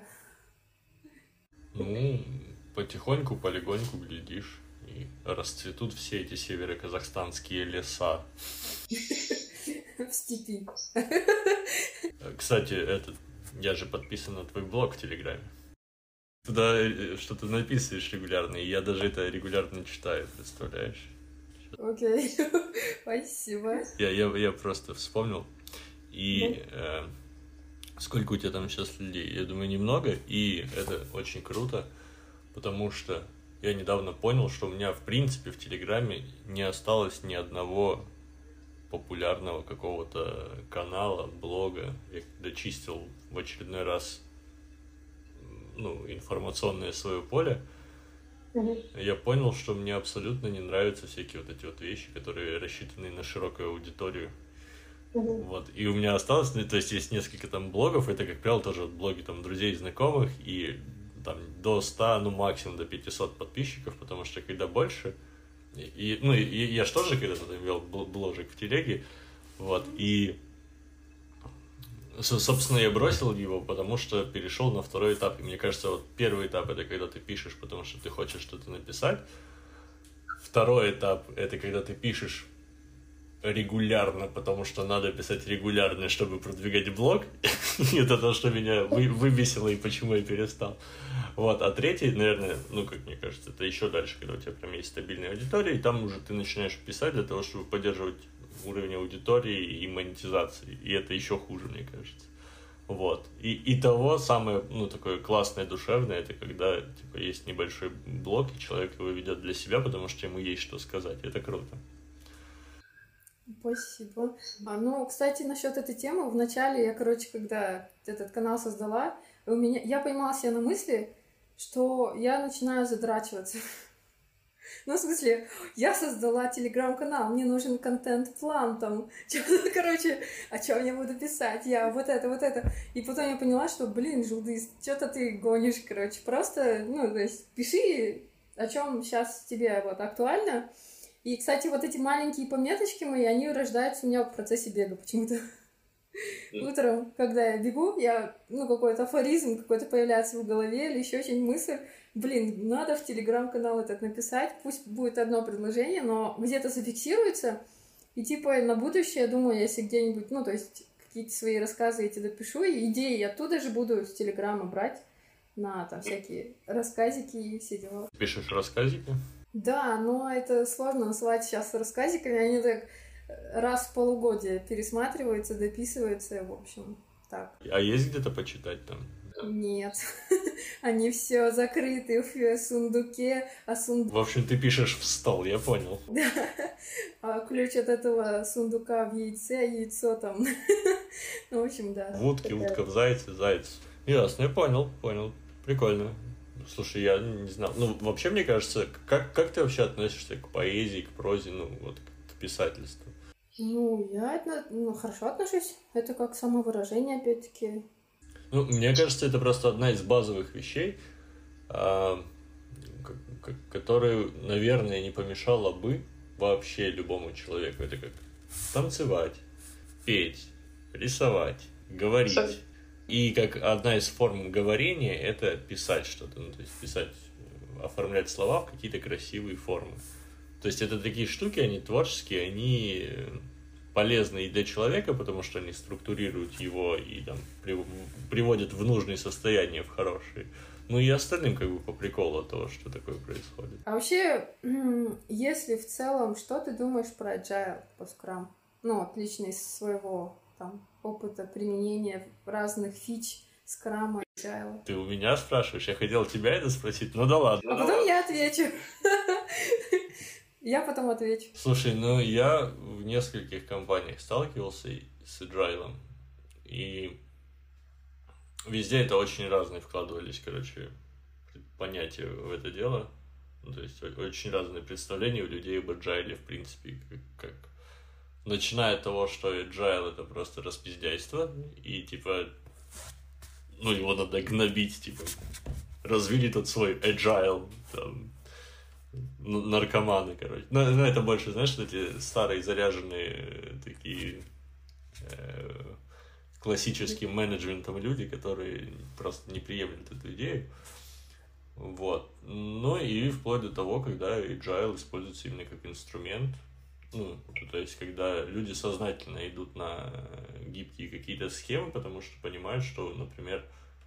Ну, потихоньку, полегоньку, глядишь, и расцветут все эти североказахстанские леса. В степи. Кстати, этот, я же подписан на твой блог в Телеграме. Туда что-то написываешь регулярно, и я даже это регулярно читаю, представляешь? Окей, спасибо. Я, я, я просто вспомнил. И э, сколько у тебя там сейчас людей? Я думаю, немного, и это очень круто, потому что я недавно понял, что у меня, в принципе, в Телеграме не осталось ни одного популярного какого-то канала, блога. Я когда чистил в очередной раз, ну, информационное свое поле, mm-hmm. я понял, что мне абсолютно не нравятся всякие вот эти вот вещи, которые рассчитаны на широкую аудиторию. Mm-hmm. Вот. И у меня осталось, ну, то есть есть несколько там блогов, это, как правило, тоже вот блоги там друзей и знакомых, и там до ста, ну, максимум до пятисот подписчиков, потому что когда больше... И, ну, и, и я же тоже когда-то там вел бложик в телеге, вот, и, собственно, я бросил его, потому что перешел на второй этап, и мне кажется, вот первый этап — это когда ты пишешь, потому что ты хочешь что-то написать, второй этап — это когда ты пишешь регулярно, потому что надо писать регулярно, чтобы продвигать блог. Это то, что меня вы, выбесило и почему я перестал. Вот. А третий, наверное, ну, как мне кажется, это еще дальше, когда у тебя прям есть стабильная аудитория, и там уже ты начинаешь писать для того, чтобы поддерживать уровень аудитории и монетизации. И это еще хуже, мне кажется. Вот. И, и того самое, ну, такое классное, душевное, это когда, типа, есть небольшой блог, и человек его ведет для себя, потому что ему есть что сказать. Это круто. Спасибо. А, ну, кстати, насчет этой темы, вначале я, короче, когда этот канал создала, у меня, я поймала себя на мысли, что я начинаю задрачиваться. Ну, в смысле, я создала телеграм-канал, мне нужен контент-план там, короче, о чем я буду писать, я вот это, вот это. И потом я поняла, что, блин, Жулдыз, что-то ты гонишь, короче, просто, ну, то есть, пиши, о чем сейчас тебе вот актуально. И, кстати, вот эти маленькие пометочки мои, они рождаются у меня в процессе бега почему-то. Утром, когда я бегу, я, ну, какой-то афоризм какой-то появляется в голове или еще очень мысль, блин, надо в телеграм-канал этот написать, пусть будет одно предложение, но где-то зафиксируется, и типа на будущее, я думаю, если где-нибудь, ну, то есть какие-то свои рассказы эти допишу, и идеи оттуда же буду с телеграма брать на там всякие рассказики и все дела. Пишешь рассказики? Да, но это сложно называть сейчас рассказиками, они так раз в полугодие пересматриваются, дописываются, в общем, так. А есть где-то почитать там? Нет. Они все закрыты в сундуке, а сундук... В общем, ты пишешь в стол, я понял. Да, а ключ от этого сундука в яйце, а яйцо там... Ну, в общем, да. В утке, утка в зайце, заяц. Ясно, я понял, понял. Прикольно. Слушай, я не знал. Ну, вообще, мне кажется, как, как ты вообще относишься к поэзии, к прозе, ну, вот, к писательству? Ну, я ну, хорошо отношусь. Это как самовыражение, опять-таки. Ну, мне кажется, это просто одна из базовых вещей, а, к- к- которая, наверное, не помешала бы вообще любому человеку. Это как танцевать, петь, рисовать, говорить. И как одна из форм говорения — это писать что-то. Ну, то есть писать, оформлять слова в какие-то красивые формы. То есть это такие штуки, они творческие, они полезны и для человека, потому что они структурируют его и там приводят в нужные состояния, в хорошие. Ну и остальным как бы по приколу от того, что такое происходит. А вообще, если в целом, что ты думаешь про agile по Scrum? Ну, отлично из своего там опыта применения разных фич Scrum и agile. Ты у меня спрашиваешь? Я хотел тебя это спросить, ну да ладно. А потом я отвечу. Я потом отвечу. Слушай, ну я в нескольких компаниях сталкивался с agile, и везде это очень разные вкладывались, короче, понятия в это дело. Ну, то есть очень разные представления у людей об agile, в принципе, как, как... начиная от того, что agile это просто распиздяйство, и типа, ну его надо гнобить, типа, развили тут свой agile, там, наркоманы, короче. Ну, ну, это больше, знаешь, эти старые заряженные такие э, классическим менеджментом люди, которые просто не приемлют эту идею. Вот. Ну и вплоть до того, когда agile используется именно как инструмент. Ну, то есть, когда люди сознательно идут на гибкие какие-то схемы, потому что понимают, что, например,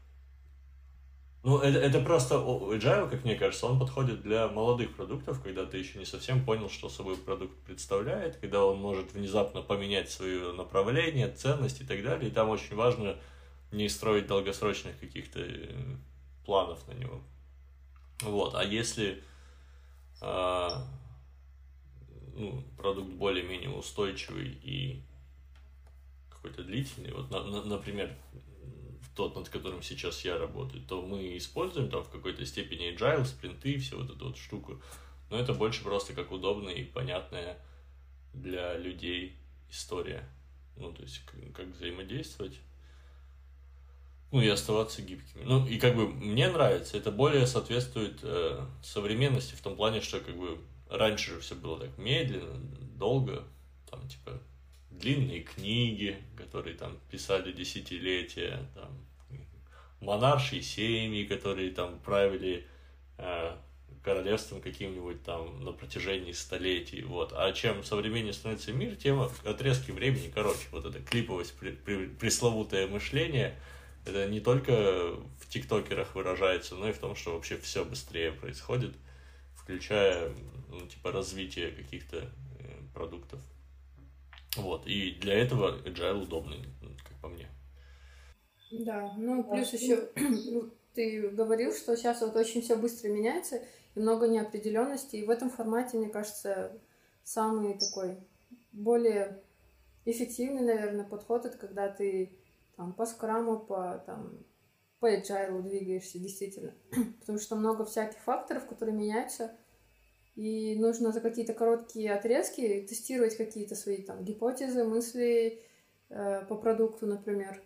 ну, это, это просто agile, как мне кажется, он подходит для молодых продуктов, когда ты еще не совсем понял, что собой продукт представляет, когда он может внезапно поменять свое направление, ценность и так далее. И там очень важно не строить долгосрочных каких-то планов на него. Вот. А если а, ну, продукт более-менее устойчивый и какой-то длительный, вот, на, на, например, тот, над которым сейчас я работаю, то мы используем там в какой-то степени agile, спринты, всю вот эту вот штуку, но это больше просто как удобная и понятная для людей история. Ну, то есть, как, как взаимодействовать, ну, и оставаться гибкими. Ну, и как бы мне нравится, это более соответствует э, современности в том плане, что как бы раньше же все было так медленно, долго, там, типа, длинные книги, которые там писали десятилетия, там, монаршие семьи, которые там правили э, королевством каким-нибудь там на протяжении столетий, вот. А чем современнее становится мир, тем отрезки времени короче. Вот эта клиповость, при, при, пресловутое мышление, это не только в тиктокерах выражается, но и в том, что вообще все быстрее происходит, включая, ну, типа, развитие каких-то э, продуктов. Вот, и для этого agile удобный, как по мне. Да, ну плюс еще ты говорил, что сейчас вот очень все быстро меняется и много неопределенности, и в этом формате, мне кажется, самый такой более эффективный, наверное, подход — это когда ты там по скраму, по там по agile двигаешься действительно, потому что много всяких факторов, которые меняются. И нужно за какие-то короткие отрезки тестировать какие-то свои там гипотезы, мысли э, по продукту, например.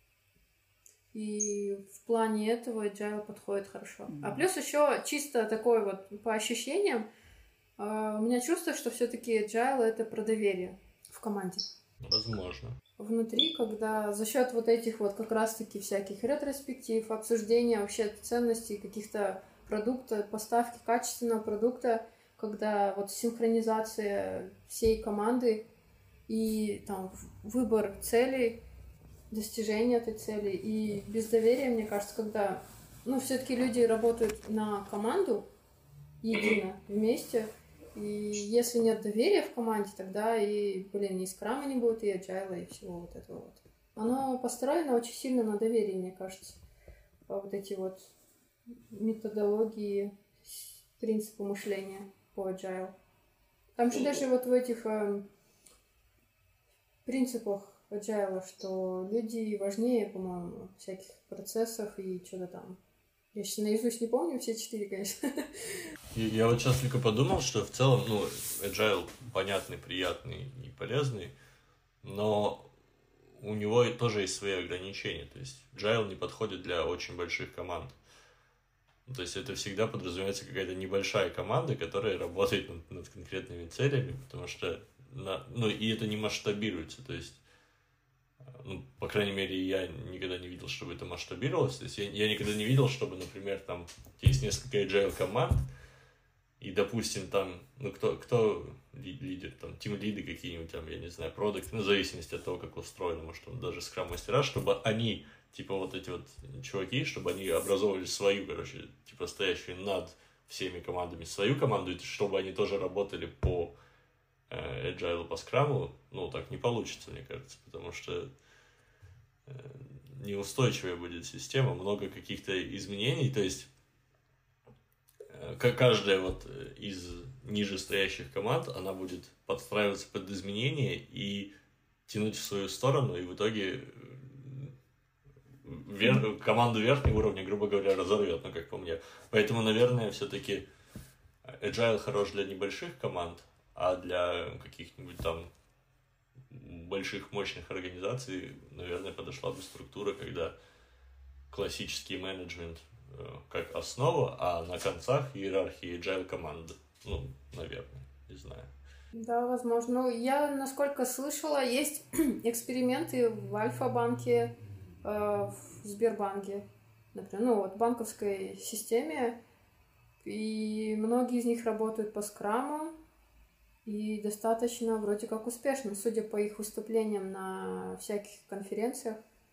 И в плане этого agile подходит хорошо. Mm-hmm. А плюс еще чисто такой вот по ощущениям, э, у меня чувство, что все-таки agile — это про доверие в команде. Возможно. Внутри, когда за счет вот этих вот как раз-таки всяких ретроспектив, обсуждения вообще ценностей каких-то продуктов, поставки качественного продукта, когда вот синхронизация всей команды и там выбор целей, достижение этой цели. И без доверия, мне кажется, когда, ну, все-таки люди работают на команду едино, вместе, и если нет доверия в команде, тогда и, блин, и скрама не будет, и agile, и всего вот этого вот. Оно построено очень сильно на доверии, мне кажется. Вот эти вот методологии, принципу мышления по agile. Там же даже вот в этих э, принципах agile, что люди важнее, по-моему, всяких процессов и что-то там. Я сейчас наизусть не помню все четыре, конечно. И я вот сейчас только подумал, что в целом, ну, agile понятный, приятный и полезный, но у него тоже есть свои ограничения. То есть agile не подходит для очень больших команд. То есть это всегда подразумевается какая-то небольшая команда, которая работает над, над конкретными целями, потому что, на, ну, и это не масштабируется. То есть, ну, по крайней мере, я никогда не видел, чтобы это масштабировалось. То есть я, я никогда не видел, чтобы, например, там есть несколько agile команд, и, допустим, там, ну, кто, кто лидер, там, тим-лиды какие-нибудь, там, я не знаю, продукты, ну, в зависимости от того, как устроено, может, там, даже скрам-мастера, чтобы они, типа, вот эти вот чуваки, чтобы они образовывали свою, короче, типа, стоящую над всеми командами свою команду, и чтобы они тоже работали по э, agile, по скраму, ну, так не получится, мне кажется, потому что э, неустойчивая будет система, много каких-то изменений, то есть каждая вот из нижестоящих команд, она будет подстраиваться под изменения и тянуть в свою сторону, и в итоге вер... команду верхнего уровня, грубо говоря, разорвет, ну, как по мне. Поэтому, наверное, все-таки agile хорош для небольших команд, а для каких-нибудь там больших, мощных организаций, наверное, подошла бы структура, когда классический менеджмент как основа, а на концах иерархии agile команды. Ну, наверное, не знаю. Да, возможно. Ну, я, насколько слышала, есть эксперименты в Альфа-банке, э, в Сбербанке, например, ну, вот в банковской системе, и многие из них работают по скраму, и достаточно вроде как успешно, судя по их выступлениям на всяких конференциях.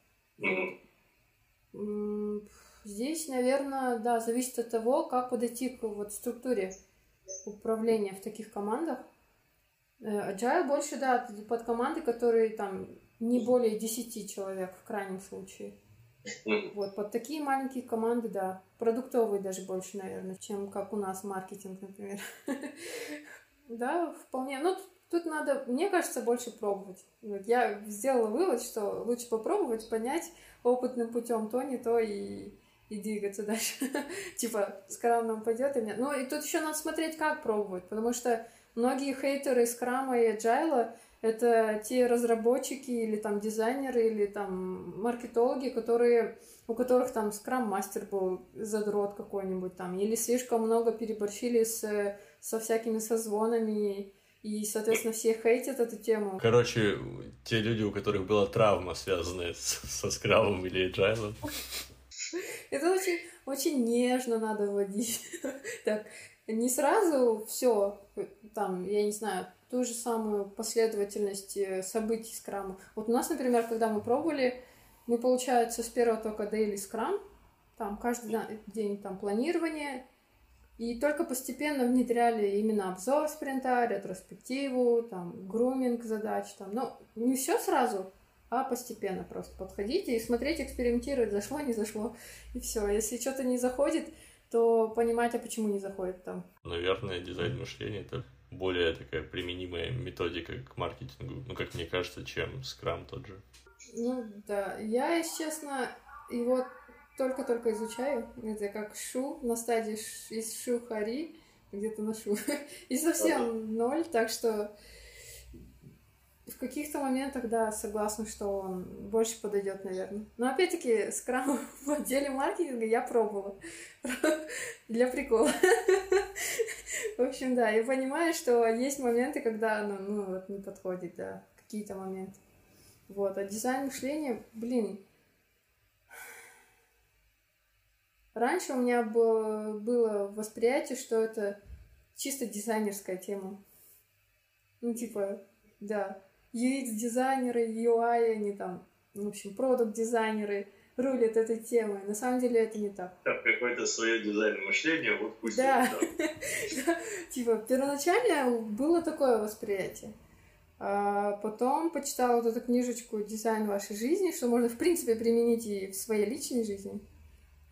Здесь, наверное, да, зависит от того, как подойти к вот структуре управления в таких командах. Agile больше, да, под команды, которые там не более десяти человек в крайнем случае. Вот, под такие маленькие команды, да. Продуктовые даже больше, наверное, чем как у нас маркетинг, например. Да, вполне. Ну, тут надо, мне кажется, больше пробовать. Я сделала вывод, что лучше попробовать, понять опытным путем то, не то и... и двигаться дальше. Типа, скрам нам пойдет или нет. Ну, и тут еще надо смотреть, как пробовать, потому что многие хейтеры скрама и agile — это те разработчики или там дизайнеры, или там маркетологи, которые, у которых там скрам-мастер был задрот какой-нибудь там, или слишком много переборщили с, со всякими созвонами, и, соответственно, все хейтят эту тему. Короче, те люди, у которых была травма, связанная с, со скрамом или agile. Это очень, очень нежно надо вводить. Так, не сразу все, там, я не знаю, ту же самую последовательность событий скрама. Вот у нас, например, когда мы пробовали, мы, получается, с первого только daily scrum, там каждый день там планирование, и только постепенно внедряли именно обзор спринта, ретроспективу, там, груминг задач, там, ну, не все сразу, а постепенно просто подходите и смотреть, экспериментировать, зашло, не зашло, и все. Если что-то не заходит, то понимать, а почему не заходит там. Наверное, дизайн мышления — это более такая применимая методика к маркетингу, ну, как мне кажется, чем скрам тот же. Ну, да. Я, если честно, его только-только изучаю. Это как шу, на стадии ш... из шу-хари, где-то на шу. И совсем ноль, так что... В каких-то моментах, да, согласна, что он больше подойдет, наверное. Но опять-таки, скрам в отделе маркетинга я пробовала. Для прикола. В общем, да, я понимаю, что есть моменты, когда оно, ну, вот не подходит, да, какие-то моменты. Вот, а дизайн мышления, блин. Раньше у меня было, было восприятие, что это чисто дизайнерская тема. Ну, типа, да. ю экс-дизайнеры, ю ай, они там, в общем, продукт-дизайнеры рулят этой темой. На самом деле это не так. Там какое-то свое дизайн мышление, вот пусть да. Типа, первоначально было такое восприятие. А потом почитала вот эту книжечку «Дизайн вашей жизни», что можно, в принципе, применить и в своей личной жизни.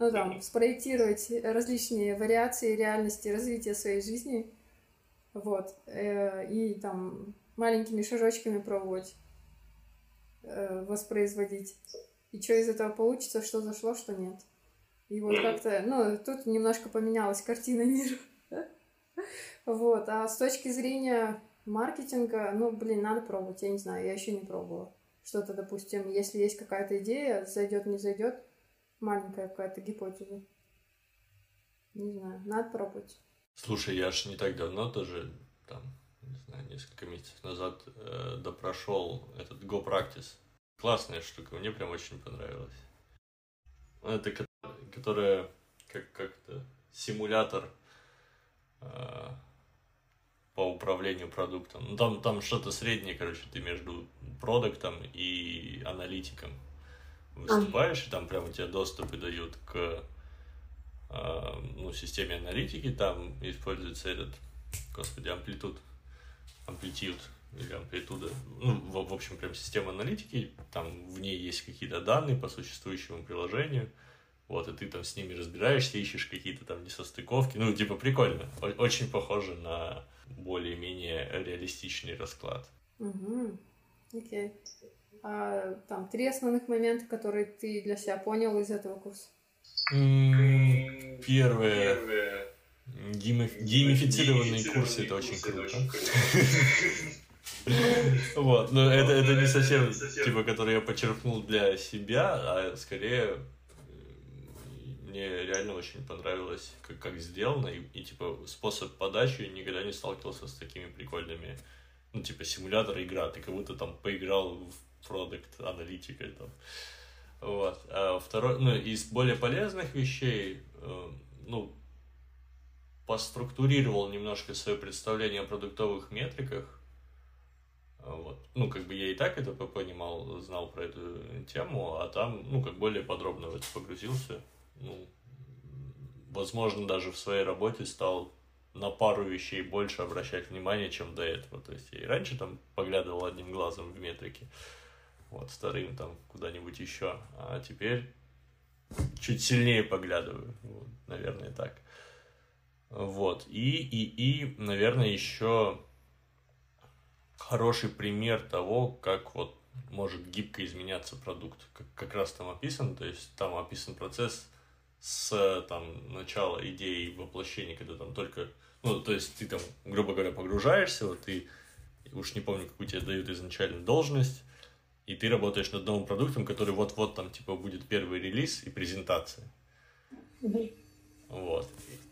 ну, там, спроектировать различные вариации реальности развития своей жизни, вот, э, и там маленькими шажочками пробовать э, воспроизводить. И что из этого получится, что зашло, что нет. И вот как-то, ну, тут немножко поменялась картина мира. Вот, а с точки зрения маркетинга, ну, блин, надо пробовать, я не знаю, я еще не пробовала. Что-то, допустим, если есть какая-то идея, зайдет, не зайдет, маленькая какая-то гипотеза. Не знаю, надо пробовать. Слушай, я ж не так давно тоже, там, не знаю, несколько месяцев назад э, допрошел этот GoPractice. Классная штука, мне прям очень понравилась. Это которая как как-то симулятор э, по управлению продуктом. Ну, там, там что-то среднее, короче, ты между продуктом и аналитиком выступаешь, и там прям у тебя доступы дают к э, ну, системе аналитики, там используется этот, господи, амплитуд, амплитюд или амплитуда, ну, в, в общем, прям система аналитики, там в ней есть какие-то данные по существующему приложению, вот, и ты там с ними разбираешься, ищешь какие-то там несостыковки, ну, типа, прикольно, очень похоже на более-менее реалистичный расклад. Угу. Окей. А там три основных момента, которые ты для себя понял из этого курса? Первое. Геймифицированные курсы — это очень круто. Вот, но это, это не совсем, типа, который я почерпнул для себя, а скорее мне реально очень понравилось, как, как сделано, и, и, типа, способ подачи, никогда не сталкивался с такими прикольными, ну, типа, симулятор игра, ты как будто там поиграл в продукт аналитикой там. Вот. А второй, ну, из более полезных вещей, э, ну, поструктурировал немножко свое представление о продуктовых метриках. Вот. Ну, как бы я и так это понимал, знал про эту тему, а там, ну, как более подробно в это погрузился. Ну, возможно, даже в своей работе стал на пару вещей больше обращать внимание, чем до этого. То есть я и раньше там поглядывал одним глазом в метрики, вот, вторым там куда-нибудь еще, а теперь чуть сильнее поглядываю, вот, наверное, так. Вот, и, и, и, наверное, еще хороший пример того, как вот может гибко изменяться продукт, как, как раз там описан, то есть там описан процесс с там начала идеи воплощения, когда там только, ну, то есть ты там, грубо говоря, погружаешься, вот ты, уж не помню, какую тебе дают изначально должность, и ты работаешь над новым продуктом, который вот-вот там, типа, будет первый релиз и презентация. Mm-hmm. Вот.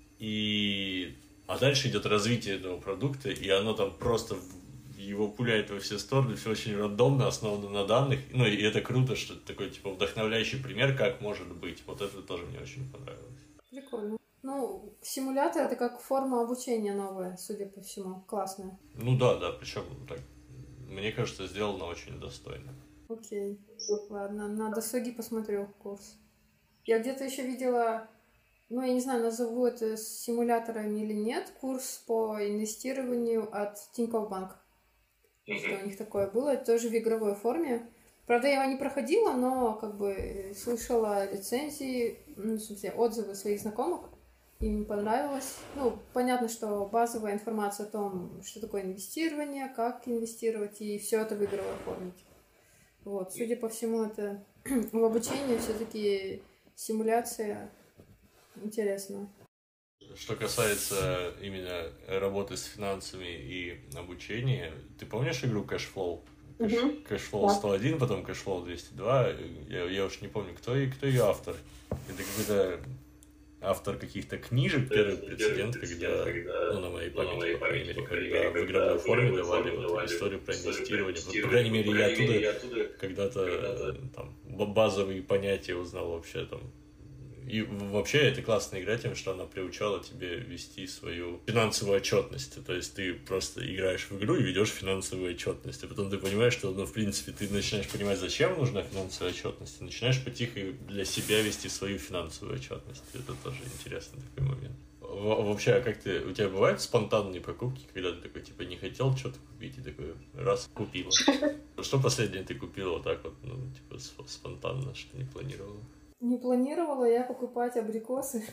И... А дальше идет развитие этого продукта, и оно там просто его пуляет во все стороны, все очень рандомно, основано на данных. Ну, и это круто, что это такой, типа, вдохновляющий пример, как может быть. Вот это тоже мне очень понравилось. Прикольно. Ну, симулятор — это как форма обучения новая, судя по всему. Классная. Ну да, да, причем так, мне кажется, сделано очень достойно. Окей. Ладно, на досуге посмотрю курс. Я где-то еще видела, ну, я не знаю, назову это симуляторами или нет, курс по инвестированию от Тинькофф Банк. Что у них такое было, это тоже в игровой форме. Правда, я его не проходила, но как бы слышала рецензии, ну, в смысле, отзывы своих знакомых. Им понравилось. Ну, понятно, что базовая информация о том, что такое инвестирование, как инвестировать, и все это в игровой форме. Вот, судя по всему, это в обучении все-таки симуляция интересная. Что касается именно работы с финансами и обучения, ты помнишь игру Cashflow? Uh-huh. Cashflow сто один, потом Cashflow двести два. Я, я уж не помню, кто, кто ее автор. Это какой-то автор каких-то книжек, первый прецедент, когда, ну, на моей памяти, по крайней мере, когда в игровой форме давали вот историю про инвестирование. По крайней мере, я оттуда когда-то там базовые понятия узнал вообще там. И вообще это классная игра тем, что она приучала тебе вести свою финансовую отчетность. То есть ты просто играешь в игру и ведешь финансовую отчетность. А потом ты понимаешь, что, ну, в принципе, ты начинаешь понимать, зачем нужна финансовая отчетность, и начинаешь потихо для себя вести свою финансовую отчетность. Это тоже интересный такой момент. Вообще, а как ты, у тебя бывают спонтанные покупки, когда ты такой, типа, не хотел что-то купить, и такой, раз, купила? Что последнее ты купила вот так вот, ну, типа, спонтанно, что не планировала? Не планировала я покупать абрикосы.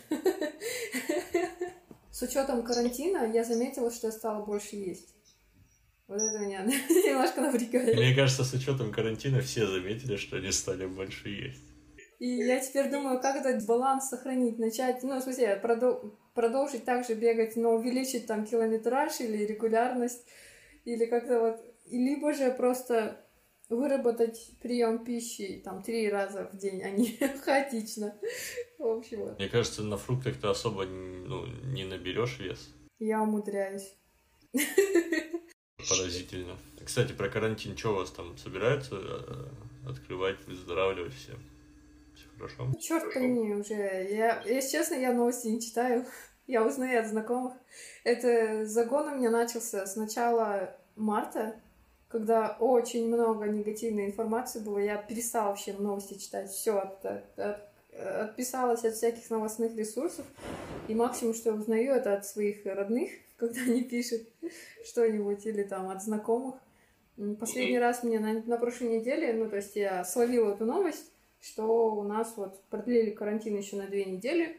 С учетом карантина я заметила, что я стала больше есть. Вот это меня немножко напрягает. Мне кажется, с учетом карантина все заметили, что они стали больше есть. И я теперь думаю, как этот баланс сохранить, начать, ну, в смысле, продол- продолжить также бегать, но увеличить там километраж или регулярность, или как-то вот, либо же просто выработать прием пищи там три раза в день, а не хаотично. В общем, вот. Мне кажется, на фруктах ты особо ну, не наберешь вес. Я умудряюсь. Поразительно. Кстати, про карантин, что у вас там собираются открывать, выздоравливать все? Все хорошо? Черт пойми уже. Я, если честно, я новости не читаю. Я узнаю от знакомых. Это загон у меня начался с начала марта, когда очень много негативной информации было. Я перестала вообще новости читать. Все, от, от, от, отписалась от всяких новостных ресурсов. И максимум, что я узнаю, это от своих родных, когда они пишут что-нибудь, или там от знакомых. Последний раз мне на, на прошлой неделе, ну, то есть я словила эту новость, что у нас вот продлили карантин еще на две недели.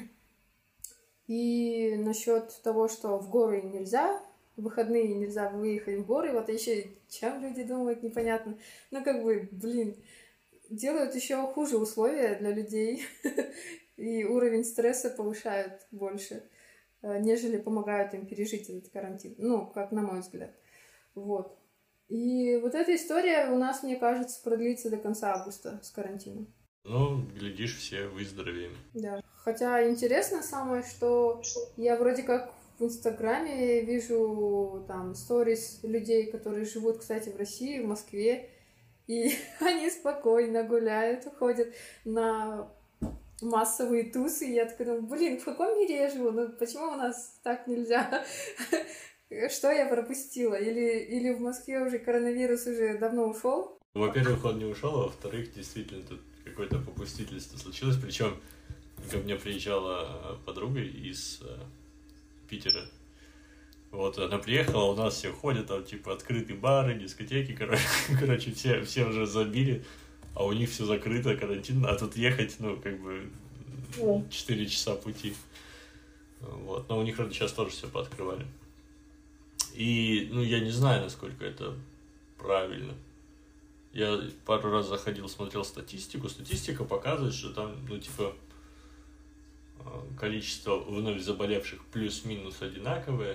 И насчет того, что в горы нельзя, в выходные нельзя выехать в горы, вот еще чем люди думают, непонятно. Ну, как бы, блин, делают еще хуже условия для людей, и уровень стресса повышают больше, нежели помогают им пережить этот карантин. Ну, как на мой взгляд. Вот. И вот эта история у нас, мне кажется, продлится до конца августа с карантином. Ну, глядишь, все выздоровеем. Да. Хотя интересно самое, что я вроде как в Инстаграме вижу там сторис людей, которые живут, кстати, в России, в Москве, и они спокойно гуляют, ходят на массовые тусы, и я такая думаю, блин, в каком мире я живу? Ну, почему у нас так нельзя? Что я пропустила? Или, или в Москве уже коронавирус уже давно ушел? Во-первых, он не ушел, а во-вторых, действительно, тут какое-то попустительство случилось. Причем ко мне приезжала подруга из э, Питера. Вот, она приехала, у нас все ходят, там, типа, открытые бары, дискотеки, короче, короче все, все уже забили, а у них все закрыто, карантин, а тут ехать, ну, как бы, четыре часа пути. Вот, но у них вроде сейчас тоже все пооткрывали. И, ну, я не знаю, насколько это правильно. Я пару раз заходил, смотрел статистику. Статистика показывает, что там, ну, типа, количество вновь заболевших плюс-минус одинаковое.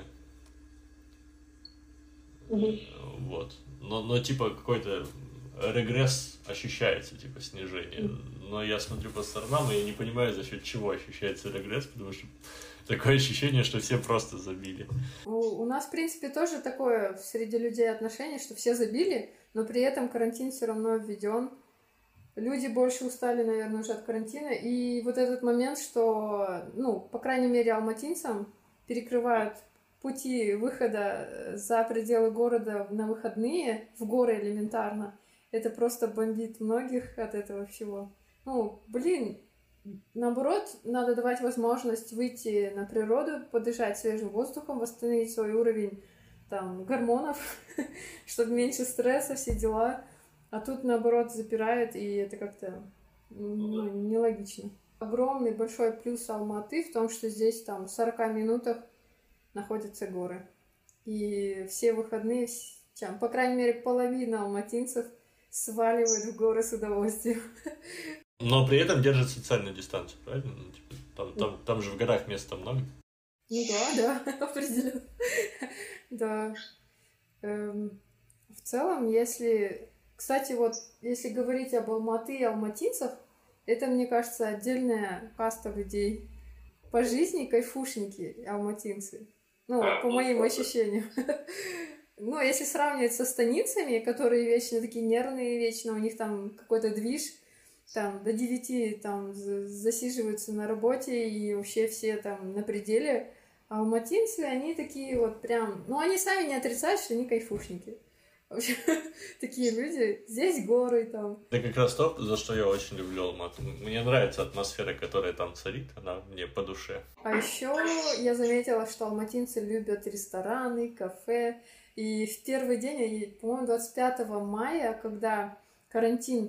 Mm-hmm. Вот. Но, но, типа, какой-то регресс ощущается, типа, снижение. Mm-hmm. Но я смотрю по сторонам, и я не понимаю, за счет чего ощущается регресс, потому что такое ощущение, что все просто забили. У, у нас, в принципе, тоже такое среди людей отношение, что все забили, но при этом карантин все равно введен. Люди больше устали, наверное, уже от карантина. И вот этот момент, что, ну, по крайней мере, алматинцам перекрывают пути выхода за пределы города на выходные, в горы элементарно, это просто бомбит многих от этого всего. Ну, блин, наоборот, надо давать возможность выйти на природу, подышать свежим воздухом, восстановить свой уровень там, гормонов, чтобы меньше стресса, все дела. А тут, наоборот, запирает, и это как-то ну, нелогично. Огромный большой плюс Алматы в том, что здесь там в сорока минутах находятся горы. И все выходные, чем, по крайней мере, половина алматинцев сваливают в горы с удовольствием. Но при этом держит социальную дистанцию, правильно? Ну, типа, там, там, там же в горах места много. Ну да, да, определенно. Да. Эм, в целом, если... Кстати, вот, если говорить об Алматы и алматинцах, это, мне кажется, отдельная каста людей. По жизни кайфушники алматинцы. Ну, по моим ощущениям. Ну, если сравнивать со станицами, которые вечно такие нервные, вечно у них там какой-то движ, там до девяти там засиживаются на работе и вообще все там на пределе. А алматинцы, они такие вот прям... Ну, они сами не отрицают, что они кайфушники. Вообще, такие люди. Здесь горы там. Это как раз то, за что я очень люблю Алмату. Мне нравится атмосфера, которая там царит, она мне по душе. А еще я заметила, что алматинцы любят рестораны, кафе. И в первый день, по-моему, двадцать пятого мая, когда карантин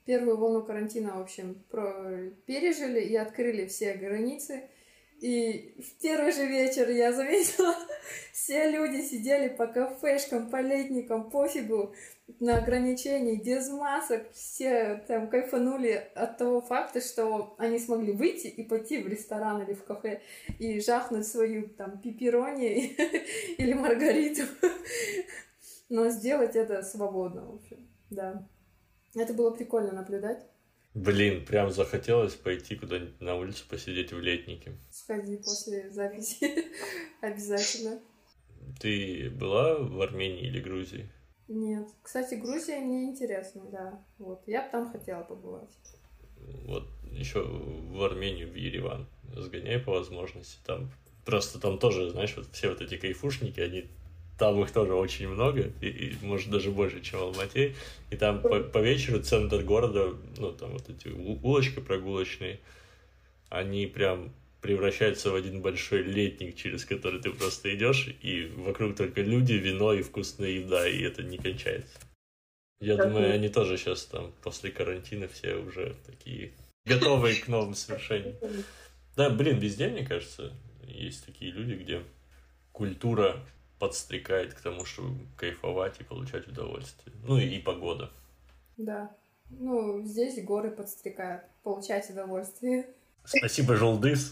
первую волну карантина, в общем, про... пережили и открыли все границы. И в первый же вечер я заметила, все люди сидели по кафешкам, по летникам, пофигу, на ограничений, без масок. Все там кайфанули от того факта, что они смогли выйти и пойти в ресторан или в кафе и жахнуть свою там пепперони или маргариту. Но сделать это свободно, в общем, да. Это было прикольно наблюдать. Блин, прям захотелось пойти куда-нибудь на улицу посидеть в летнике. Сходи после записи. Обязательно. Ты была в Армении или Грузии? Нет. Кстати, Грузия мне интересна, да. Вот. Я бы там хотела побывать. Вот еще в Армению, в Ереван. Сгоняй по возможности. Там просто там тоже, знаешь, вот все вот эти кайфушники, они... Там их тоже очень много, и, и может даже больше, чем в Алмате. И там по, по вечеру центр города, ну там вот эти улочки прогулочные, они прям превращаются в один большой летник, через который ты просто идешь, и вокруг только люди, вино и вкусная еда, и это не кончается. Я как думаю, они тоже сейчас там после карантина все уже такие готовые к новым свершениям. Да, блин, везде, мне кажется, есть такие люди, где культура подстрекает к тому, чтобы кайфовать и получать удовольствие. Ну и, и погода. Да. Ну, здесь горы подстрекают получать удовольствие. Спасибо, Жолдыс.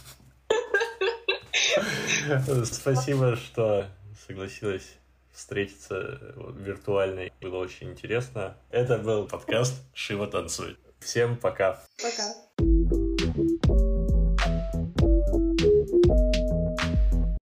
Спасибо, что согласилась встретиться виртуально. Было очень интересно. Это был подкаст «Шива танцует». Всем пока. Пока.